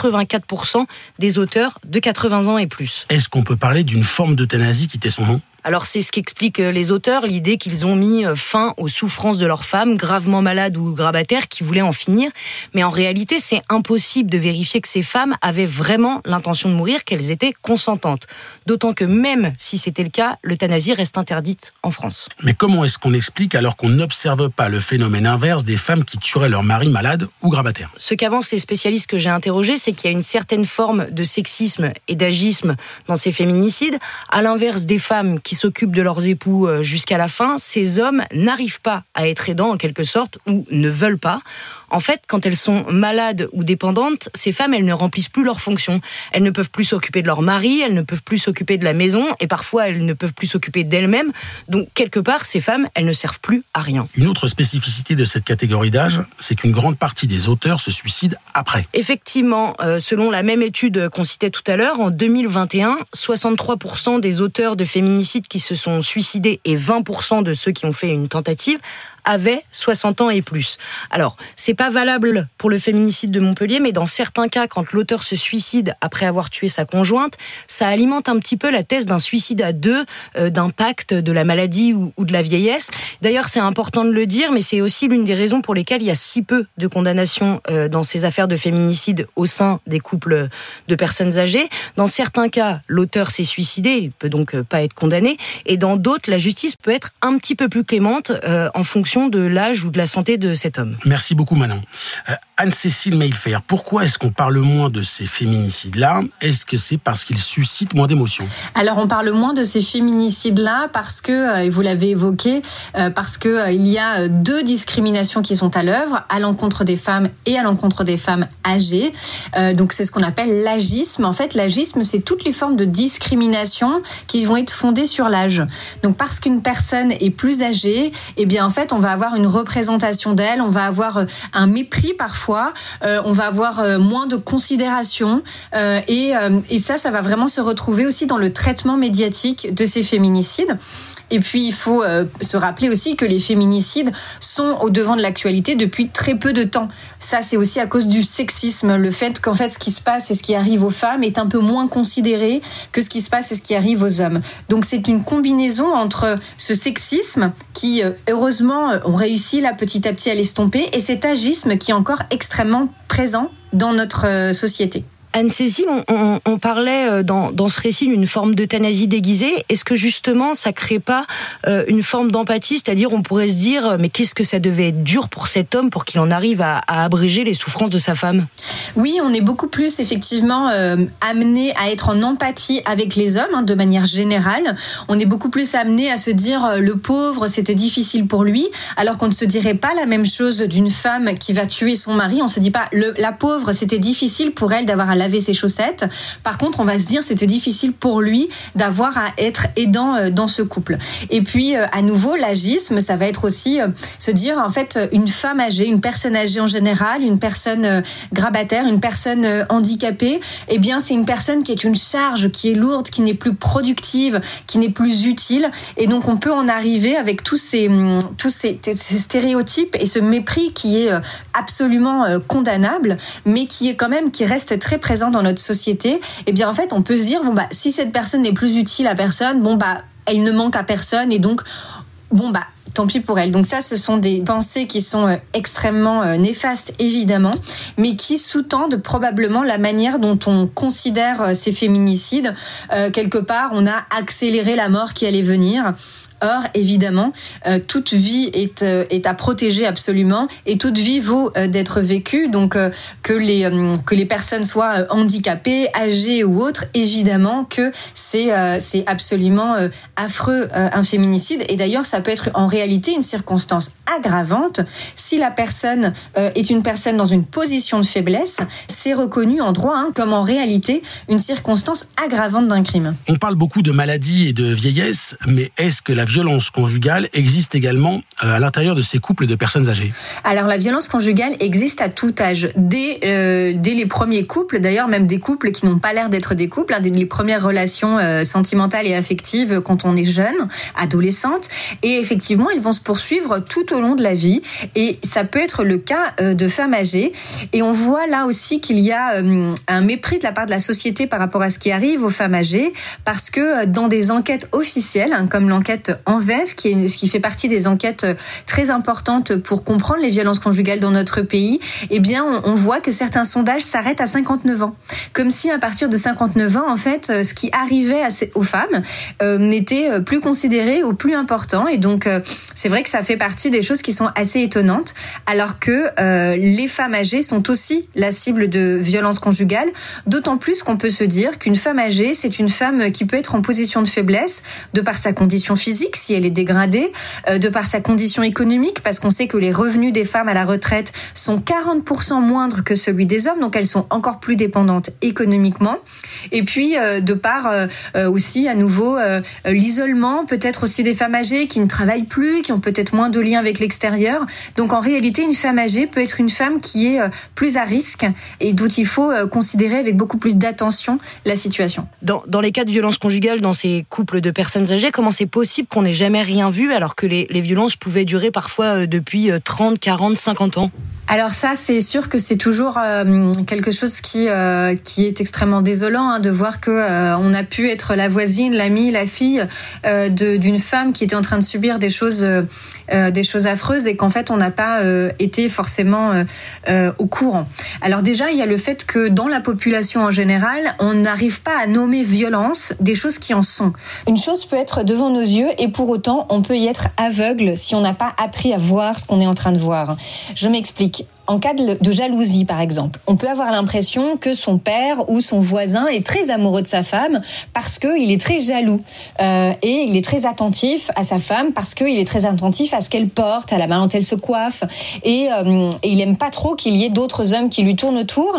84% des auteurs de 80 ans et plus. Est-ce qu'on peut parler d'une forme d'euthanasie qui tait son nom ? Alors c'est ce qu'expliquent les auteurs, l'idée qu'ils ont mis fin aux souffrances de leurs femmes, gravement malades ou grabataires, qui voulaient en finir. Mais en réalité, c'est impossible de vérifier que ces femmes avaient vraiment l'intention de mourir, qu'elles étaient consentantes. D'autant que même si c'était le cas, l'euthanasie reste interdite en France. Mais comment est-ce qu'on explique alors qu'on n'observe pas le phénomène inverse des femmes qui tueraient leur mari malade ou grabataire ? Ce qu'avancent les spécialistes que j'ai interrogés, c'est qu'il y a une certaine forme de sexisme et d'agisme dans ces féminicides. À l'inverse des femmes qui s'occupent de leurs époux jusqu'à la fin, ces hommes n'arrivent pas à être aidants en quelque sorte ou ne veulent pas. En fait, quand elles sont malades ou dépendantes, ces femmes, elles ne remplissent plus leurs fonctions. Elles ne peuvent plus s'occuper de leur mari, elles ne peuvent plus s'occuper de la maison et parfois elles ne peuvent plus s'occuper d'elles-mêmes. Donc, quelque part, ces femmes, elles ne servent plus à rien. Une autre spécificité de cette catégorie d'âge, c'est qu'une grande partie des auteurs se suicident après. Effectivement, selon la même étude qu'on citait tout à l'heure, en 2021, 63% des auteurs de féminicides qui se sont suicidés et 20% de ceux qui ont fait une tentative avait 60 ans et plus. Alors, c'est pas valable pour le féminicide de Montpellier, mais dans certains cas, quand l'auteur se suicide après avoir tué sa conjointe, ça alimente un petit peu la thèse d'un suicide à deux, d'un pacte de la maladie ou de la vieillesse. D'ailleurs, c'est important de le dire, mais c'est aussi l'une des raisons pour lesquelles il y a si peu de condamnations dans ces affaires de féminicide au sein des couples de personnes âgées. Dans certains cas, l'auteur s'est suicidé, il peut donc pas être condamné, et dans d'autres, la justice peut être un petit peu plus clémente en fonction de l'âge ou de la santé de cet homme. Merci beaucoup Manon. Anne-Cécile Maillefer, pourquoi est-ce qu'on parle moins de ces féminicides-là ? Est-ce que c'est parce qu'ils suscitent moins d'émotions ? Alors on parle moins de ces féminicides-là parce que, et vous l'avez évoqué, parce que il y a deux discriminations qui sont à l'œuvre, à l'encontre des femmes et à l'encontre des femmes âgées. Donc c'est ce qu'on appelle l'agisme. En fait, l'agisme, c'est toutes les formes de discrimination qui vont être fondées sur l'âge. Donc parce qu'une personne est plus âgée, eh bien en fait, on va avoir une représentation d'elle, on va avoir un mépris parfois, on va avoir moins de considération et ça va vraiment se retrouver aussi dans le traitement médiatique de ces féminicides. Et puis il faut se rappeler aussi que les féminicides sont au devant de l'actualité depuis très peu de temps. Ça, c'est aussi à cause du sexisme, le fait qu'en fait ce qui se passe et ce qui arrive aux femmes est un peu moins considéré que ce qui se passe et ce qui arrive aux hommes. Donc c'est une combinaison entre ce sexisme qui, heureusement, on réussit là petit à petit à l'estomper, et cet agisme qui est encore extrêmement présent dans notre société. Anne-Cécile, on parlait dans ce récit d'une forme d'euthanasie déguisée. Est-ce que justement ça crée pas une forme d'empathie, c'est-à-dire on pourrait se dire mais qu'est-ce que ça devait être dur pour cet homme pour qu'il en arrive à abréger les souffrances de sa femme ? Oui, on est beaucoup plus effectivement amené à être en empathie avec les hommes, de manière générale. On est beaucoup plus amené à se dire le pauvre, c'était difficile pour lui, alors qu'on ne se dirait pas la même chose d'une femme qui va tuer son mari. On se dit pas la pauvre, c'était difficile pour elle d'avoir à laver ses chaussettes. Par contre, on va se dire c'était difficile pour lui d'avoir à être aidant dans ce couple. Et puis à nouveau, l'agisme, ça va être aussi se dire en fait une femme âgée, une personne âgée en général, une personne grabataire, une personne handicapée, eh bien c'est une personne qui est une charge, qui est lourde, qui n'est plus productive, qui n'est plus utile. Et donc on peut en arriver avec tous ces stéréotypes et ce mépris qui est absolument condamnable, mais qui reste très présent dans notre société. Et bien en fait on peut se dire si cette personne n'est plus utile à personne, elle ne manque à personne et donc tant pis pour elle. Donc ça, ce sont des pensées qui sont extrêmement néfastes, évidemment, mais qui sous-tendent probablement la manière dont on considère ces féminicides. Quelque part, on a accéléré la mort qui allait venir. Or, évidemment, toute vie est à protéger absolument, et toute vie vaut d'être vécue. Donc, que les personnes soient handicapées, âgées ou autres, évidemment que c'est absolument affreux un féminicide. Et d'ailleurs, ça peut être en réalité une circonstance aggravante si la personne est une personne dans une position de faiblesse. C'est reconnu en droit comme en réalité une circonstance aggravante d'un crime. On parle beaucoup de maladie et de vieillesse, mais est-ce que la violence conjugale existe également à l'intérieur de ces couples de personnes âgées ? Alors la violence conjugale existe à tout âge, dès les premiers couples, d'ailleurs même des couples qui n'ont pas l'air d'être des couples, dès les premières relations sentimentales et affectives quand on est jeune, adolescente, et effectivement elles vont se poursuivre tout au long de la vie, et ça peut être le cas de femmes âgées. Et on voit là aussi qu'il y a un mépris de la part de la société par rapport à ce qui arrive aux femmes âgées, parce que dans des enquêtes officielles, comme l'enquête Enveve, qui fait partie des enquêtes très importantes pour comprendre les violences conjugales dans notre pays, eh bien on voit que certains sondages s'arrêtent à 59 ans, comme si à partir de 59 ans, en fait, ce qui arrivait aux femmes n'était plus considéré ou plus important. Et donc c'est vrai que ça fait partie des choses qui sont assez étonnantes, alors que les femmes âgées sont aussi la cible de violences conjugales, d'autant plus qu'on peut se dire qu'une femme âgée, c'est une femme qui peut être en position de faiblesse de par sa condition physique, si elle est dégradée, de par sa condition économique, parce qu'on sait que les revenus des femmes à la retraite sont 40% moindres que celui des hommes, donc elles sont encore plus dépendantes économiquement, et puis de par aussi à nouveau l'isolement, peut-être aussi des femmes âgées qui ne travaillent plus, plus, qui ont peut-être moins de liens avec l'extérieur. Donc en réalité, une femme âgée peut être une femme qui est plus à risque et dont il faut considérer avec beaucoup plus d'attention la situation. Dans les cas de violence conjugale, dans ces couples de personnes âgées, comment c'est possible qu'on n'ait jamais rien vu alors que les violences pouvaient durer parfois depuis 30, 40, 50 ans ? Alors ça, c'est sûr que c'est toujours quelque chose qui est extrêmement désolant, de voir que on a pu être la voisine, l'amie, la fille d'une femme qui était en train de subir des choses affreuses et qu'en fait on n'a pas été forcément au courant. Alors déjà, il y a le fait que dans la population en général, on n'arrive pas à nommer violence des choses qui en sont. Une chose peut être devant nos yeux et pour autant on peut y être aveugle si on n'a pas appris à voir ce qu'on est en train de voir. Je m'explique. En cas de jalousie, par exemple, on peut avoir l'impression que son père ou son voisin est très amoureux de sa femme parce qu'il est très jaloux et il est très attentif à sa femme parce qu'il est très attentif à ce qu'elle porte, à la manière dont elle se coiffe et il aime pas trop qu'il y ait d'autres hommes qui lui tournent autour.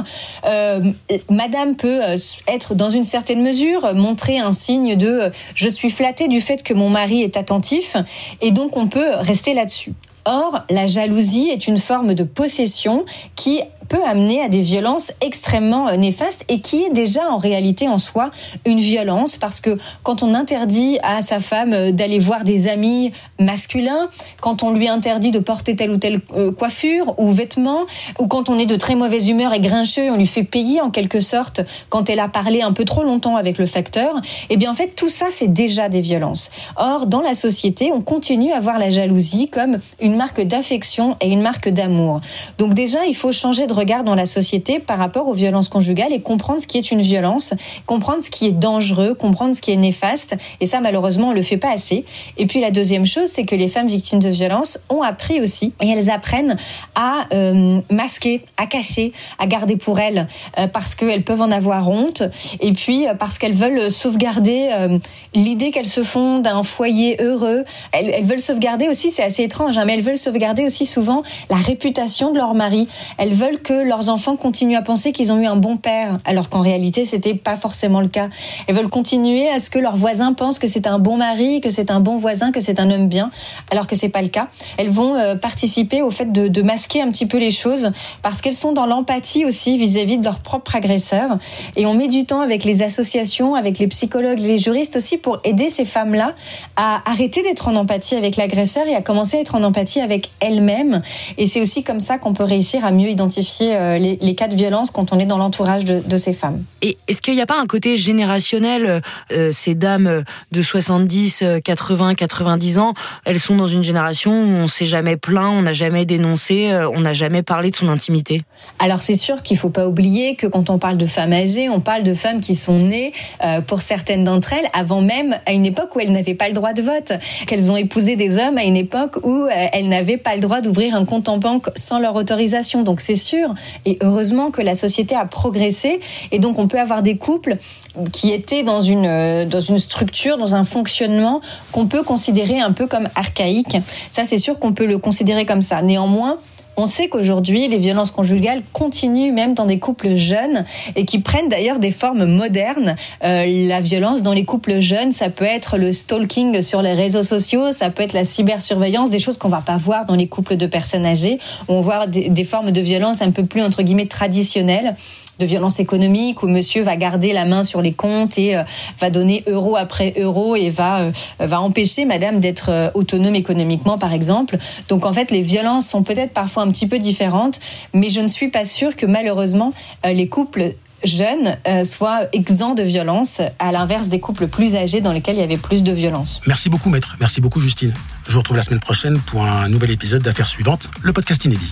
Madame peut être dans une certaine mesure montrer un signe de je suis flattée du fait que mon mari est attentif et donc on peut rester là-dessus. Or, la jalousie est une forme de possession qui peut amener à des violences extrêmement néfastes et qui est déjà en réalité en soi une violence parce que quand on interdit à sa femme d'aller voir des amis masculins, quand on lui interdit de porter telle ou telle coiffure ou vêtements, ou quand on est de très mauvaise humeur et grincheux, on lui fait payer en quelque sorte quand elle a parlé un peu trop longtemps avec le facteur, eh bien en fait tout ça c'est déjà des violences. Or dans la société, on continue à voir la jalousie comme une marque d'affection et une marque d'amour. Donc déjà, il faut changer de regard dans la société par rapport aux violences conjugales et comprendre ce qui est une violence, comprendre ce qui est dangereux, comprendre ce qui est néfaste. Et ça, malheureusement, on le fait pas assez. Et puis la deuxième chose, c'est que les femmes victimes de violences ont appris aussi, et elles apprennent à masquer, à cacher, à garder pour elles, parce qu'elles peuvent en avoir honte, et puis parce qu'elles veulent sauvegarder l'idée qu'elles se font d'un foyer heureux. Elles veulent sauvegarder aussi, c'est assez étrange, mais elles veulent sauvegarder aussi souvent la réputation de leur mari. Elles veulent que leurs enfants continuent à penser qu'ils ont eu un bon père, alors qu'en réalité, c'était pas forcément le cas. Elles veulent continuer à ce que leurs voisins pensent que c'est un bon mari, que c'est un bon voisin, que c'est un homme bien, alors que c'est pas le cas. Elles vont participer au fait de masquer un petit peu les choses, parce qu'elles sont dans l'empathie aussi vis-à-vis de leur propre agresseur. Et on met du temps avec les associations, avec les psychologues, les juristes aussi, pour aider ces femmes-là à arrêter d'être en empathie avec l'agresseur et à commencer à être en empathie avec elles-mêmes. Et c'est aussi comme ça qu'on peut réussir à mieux identifier les cas de violence quand on est dans l'entourage de ces femmes. Et est-ce qu'il n'y a pas un côté générationnel, ces dames de 70, 80, 90 ans, elles sont dans une génération où on ne s'est jamais plaint, on n'a jamais dénoncé, on n'a jamais parlé de son intimité? Alors c'est sûr qu'il ne faut pas oublier que quand on parle de femmes âgées, on parle de femmes qui sont nées, pour certaines d'entre elles, avant même, à une époque où elles n'avaient pas le droit de vote, qu'elles ont épousé des hommes à une époque où elles n'avaient pas le droit d'ouvrir un compte en banque sans leur autorisation. Donc c'est sûr, et heureusement que la société a progressé, et donc on peut avoir des couples qui étaient dans une structure, dans un fonctionnement qu'on peut considérer un peu comme archaïque. Ça, c'est sûr qu'on peut le considérer comme ça. Néanmoins, on sait qu'aujourd'hui, les violences conjugales continuent même dans des couples jeunes et qui prennent d'ailleurs des formes modernes. La violence dans les couples jeunes, ça peut être le stalking sur les réseaux sociaux, ça peut être la cybersurveillance, des choses qu'on va pas voir dans les couples de personnes âgées. On voit des formes de violence un peu plus, entre guillemets, traditionnelles, de violence économique où monsieur va garder la main sur les comptes et va donner euro après euro et va empêcher madame d'être autonome économiquement, par exemple. Donc en fait, les violences sont peut-être parfois un petit peu différentes, mais je ne suis pas sûre que malheureusement les couples jeunes soient exempts de violence, à l'inverse des couples plus âgés dans lesquels il y avait plus de violence. Merci beaucoup maître, merci beaucoup Justine. Je vous retrouve la semaine prochaine pour un nouvel épisode d'Affaires suivantes, le podcast inédit.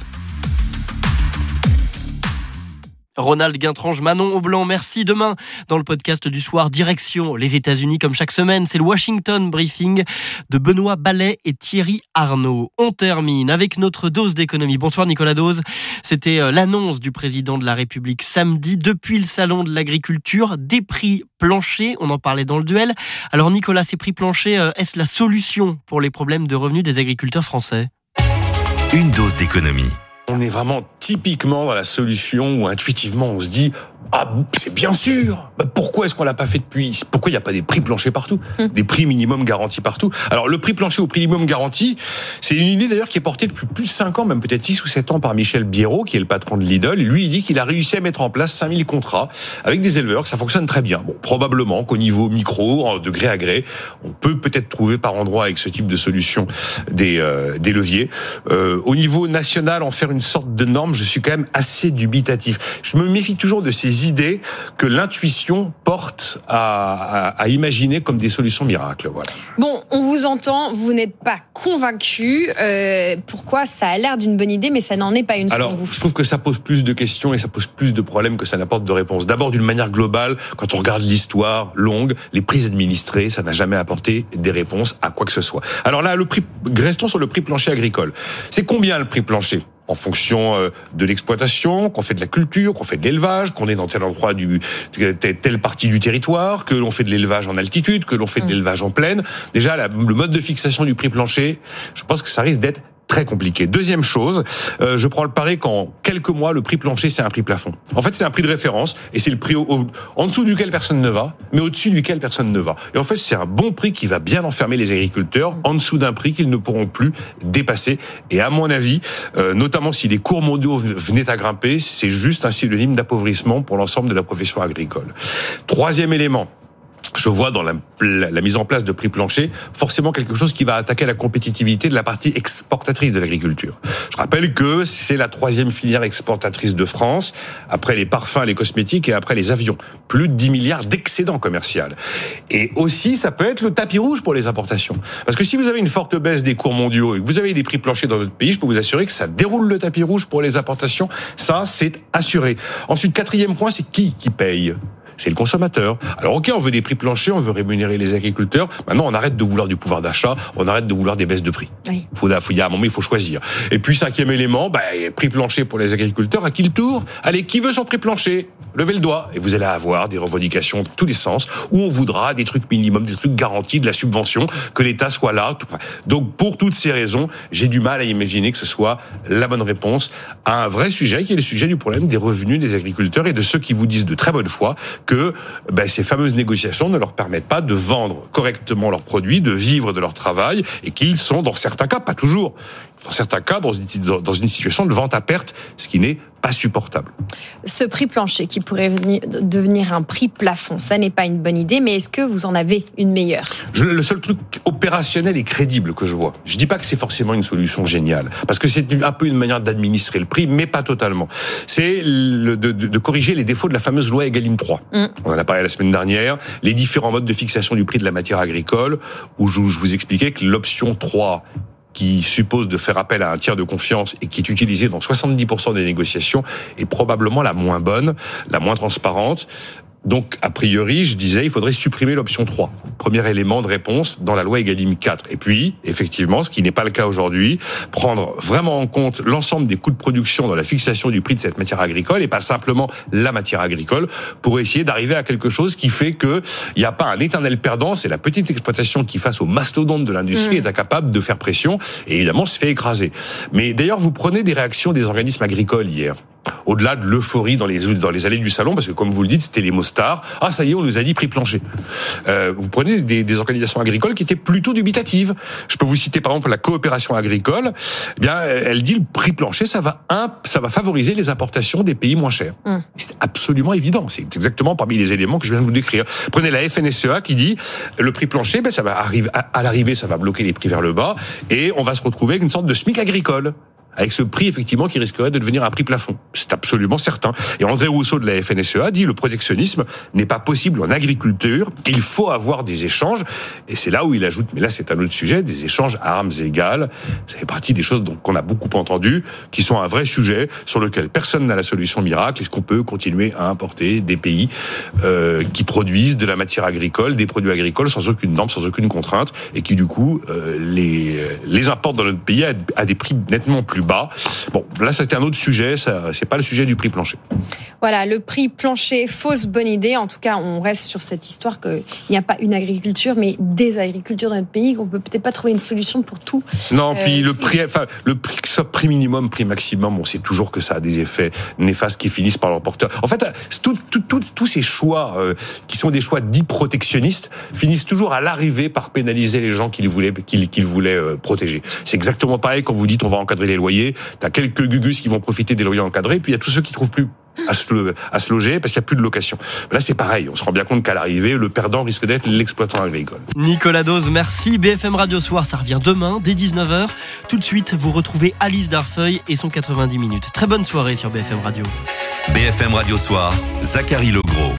Ronald Guintrange, Manon Aublanc, merci. Demain, dans le podcast du soir, direction les États-Unis, comme chaque semaine, c'est le Washington Briefing de Benoît Ballet et Thierry Arnaud. On termine avec notre dose d'économie. Bonsoir Nicolas Dose. C'était l'annonce du président de la République samedi, depuis le salon de l'agriculture, des prix planchers. On en parlait dans le duel. Alors Nicolas, ces prix planchers, est-ce la solution pour les problèmes de revenus des agriculteurs français? Une dose d'économie. On est vraiment typiquement dans la solution où intuitivement on se dit Ah, c'est bien sûr. Pourquoi est-ce qu'on l'a pas fait depuis? Pourquoi il n'y a pas des prix planchers partout? Des prix minimum garantis partout? Alors, le prix plancher au prix minimum garanti, c'est une idée d'ailleurs qui est portée depuis plus de 5 ans, même peut-être 6 ou 7 ans par Michel Biérot, qui est le patron de Lidl. Lui, il dit qu'il a réussi à mettre en place 5000 contrats avec des éleveurs, que ça fonctionne très bien. Bon, probablement qu'au niveau micro, de gré à gré, on peut peut-être trouver par endroit avec ce type de solution des leviers. Au niveau national, en faire une sorte de norme, je suis quand même assez dubitatif. Je me méfie toujours de ces idées que l'intuition porte à imaginer comme des solutions miracles. Voilà. Bon, on vous entend, vous n'êtes pas convaincu. Pourquoi ça a l'air d'une bonne idée, mais ça n'en est pas une selon vous? Je trouve que ça pose plus de questions et ça pose plus de problèmes que ça n'apporte de réponses. D'abord, d'une manière globale, quand on regarde l'histoire longue, les prix administrés, ça n'a jamais apporté des réponses à quoi que ce soit. Alors là, restons sur le prix plancher agricole. C'est combien le prix plancher? En fonction de l'exploitation, qu'on fait de la culture, qu'on fait de l'élevage, qu'on est dans tel endroit telle partie du territoire, que l'on fait de l'élevage en altitude, que l'on fait de l'élevage en plaine. Déjà, le mode de fixation du prix plancher, je pense que ça risque d'être très compliqué. Deuxième chose, je prends le pari qu'en quelques mois, le prix plancher, c'est un prix plafond. En fait, c'est un prix de référence et c'est le prix en dessous duquel personne ne va, mais au-dessus duquel personne ne va. Et en fait, c'est un bon prix qui va bien enfermer les agriculteurs en dessous d'un prix qu'ils ne pourront plus dépasser. Et à mon avis, notamment si les cours mondiaux venaient à grimper, c'est juste un synonyme d'appauvrissement pour l'ensemble de la profession agricole. Troisième élément, je vois dans la mise en place de prix plancher forcément quelque chose qui va attaquer la compétitivité de la partie exportatrice de l'agriculture. Je rappelle que c'est la 3e filière exportatrice de France, après les parfums, les cosmétiques et après les avions. Plus de 10 milliards d'excédents commerciaux. Et aussi, ça peut être le tapis rouge pour les importations. Parce que si vous avez une forte baisse des cours mondiaux et que vous avez des prix planchers dans notre pays, je peux vous assurer que ça déroule le tapis rouge pour les importations. Ça, c'est assuré. Ensuite, 4e point, c'est qui paye? C'est le consommateur. Alors ok, on veut des prix planchers, on veut rémunérer les agriculteurs. Maintenant, on arrête de vouloir du pouvoir d'achat, on arrête de vouloir des baisses de prix. Oui. Il y a un moment, il faut choisir. Et puis 5e élément, prix plancher pour les agriculteurs. À qui le tour? Allez, qui veut son prix plancher? Levez le doigt et vous allez avoir des revendications dans tous les sens où on voudra des trucs minimums, des trucs garantis, de la subvention, que l'État soit là. Donc pour toutes ces raisons, j'ai du mal à imaginer que ce soit la bonne réponse à un vrai sujet qui est le sujet du problème des revenus des agriculteurs et de ceux qui vous disent de très bonne foi que ces fameuses négociations ne leur permettent pas de vendre correctement leurs produits, de vivre de leur travail et qu'ils sont dans certains cas, pas toujours, dans certains cas dans une situation de vente à perte, ce qui n'est pas supportable. Ce prix plancher qui pourrait devenir un prix plafond, ça n'est pas une bonne idée, mais est-ce que vous en avez une meilleure? Le seul truc opérationnel et crédible que je vois, je dis pas que c'est forcément une solution géniale, parce que c'est un peu une manière d'administrer le prix, mais pas totalement. C'est de corriger les défauts de la fameuse loi Egalim 3. On en a parlé la semaine dernière, les différents modes de fixation du prix de la matière agricole, où je vous expliquais que l'option 3, qui suppose de faire appel à un tiers de confiance et qui est utilisé dans 70% des négociations, est probablement la moins bonne, la moins transparente. Donc, a priori, je disais, il faudrait supprimer l'option 3. Premier élément de réponse dans la loi Egalim 4. Et puis, effectivement, ce qui n'est pas le cas aujourd'hui, prendre vraiment en compte l'ensemble des coûts de production dans la fixation du prix de cette matière agricole et pas simplement la matière agricole pour essayer d'arriver à quelque chose qui fait que il n'y a pas un éternel perdant. C'est la petite exploitation qui, face aux mastodontes de l'industrie, est incapable de faire pression et évidemment se fait écraser. Mais d'ailleurs, vous prenez des réactions des organismes agricoles hier. Au-delà de l'euphorie dans les allées du salon, parce que comme vous le dites, c'était les mots stars. Ah, ça y est, on nous a dit prix plancher. Vous prenez des organisations agricoles qui étaient plutôt dubitatives. Je peux vous citer par exemple la coopération agricole. Eh bien, elle dit le prix plancher, ça va favoriser les importations des pays moins chers. C'est absolument évident. C'est exactement parmi les éléments que je viens de vous décrire. Prenez la FNSEA qui dit le prix plancher, ça va arriver à l'arrivée, ça va bloquer les prix vers le bas et on va se retrouver avec une sorte de SMIC agricole. Avec ce prix, effectivement, qui risquerait de devenir un prix plafond. C'est absolument certain. Et André Rousseau de la FNSEA dit le protectionnisme n'est pas possible en agriculture, il faut avoir des échanges. Et c'est là où il ajoute, mais là c'est un autre sujet, des échanges à armes égales. Ça fait partie des choses qu'on a beaucoup entendues, qui sont un vrai sujet sur lequel personne n'a la solution miracle. Est-ce qu'on peut continuer à importer des pays qui produisent de la matière agricole, des produits agricoles sans aucune norme, sans aucune contrainte, et qui du coup les importent dans notre pays à des prix nettement plus bas. Bon, là, c'était un autre sujet, ça, c'est pas le sujet du prix plancher. Voilà, le prix plancher, fausse bonne idée. En tout cas, on reste sur cette histoire qu'il n'y a pas une agriculture, mais des agricultures dans notre pays, qu'on peut peut-être pas trouver une solution pour tout. Non, puis le prix, que ce soit prix minimum, prix maximum, on sait toujours que ça a des effets néfastes qui finissent par l'emporter. En fait, tous ces choix qui sont des choix dits protectionnistes finissent toujours à l'arrivée par pénaliser les gens qu'ils voulaient protéger. C'est exactement pareil quand vous dites on va encadrer les loyers. T'as quelques gugus qui vont profiter des loyers encadrés, puis il y a tous ceux qui trouvent plus à se loger parce qu'il n'y a plus de location. Là, c'est pareil. On se rend bien compte qu'à l'arrivée, le perdant risque d'être l'exploitant agricole. Nicolas Dose, merci. BFM Radio Soir, ça revient demain dès 19h. Tout de suite, vous retrouvez Alice Darfeuille et son 90 minutes. Très bonne soirée sur BFM Radio. BFM Radio Soir, Zachary Lebeau.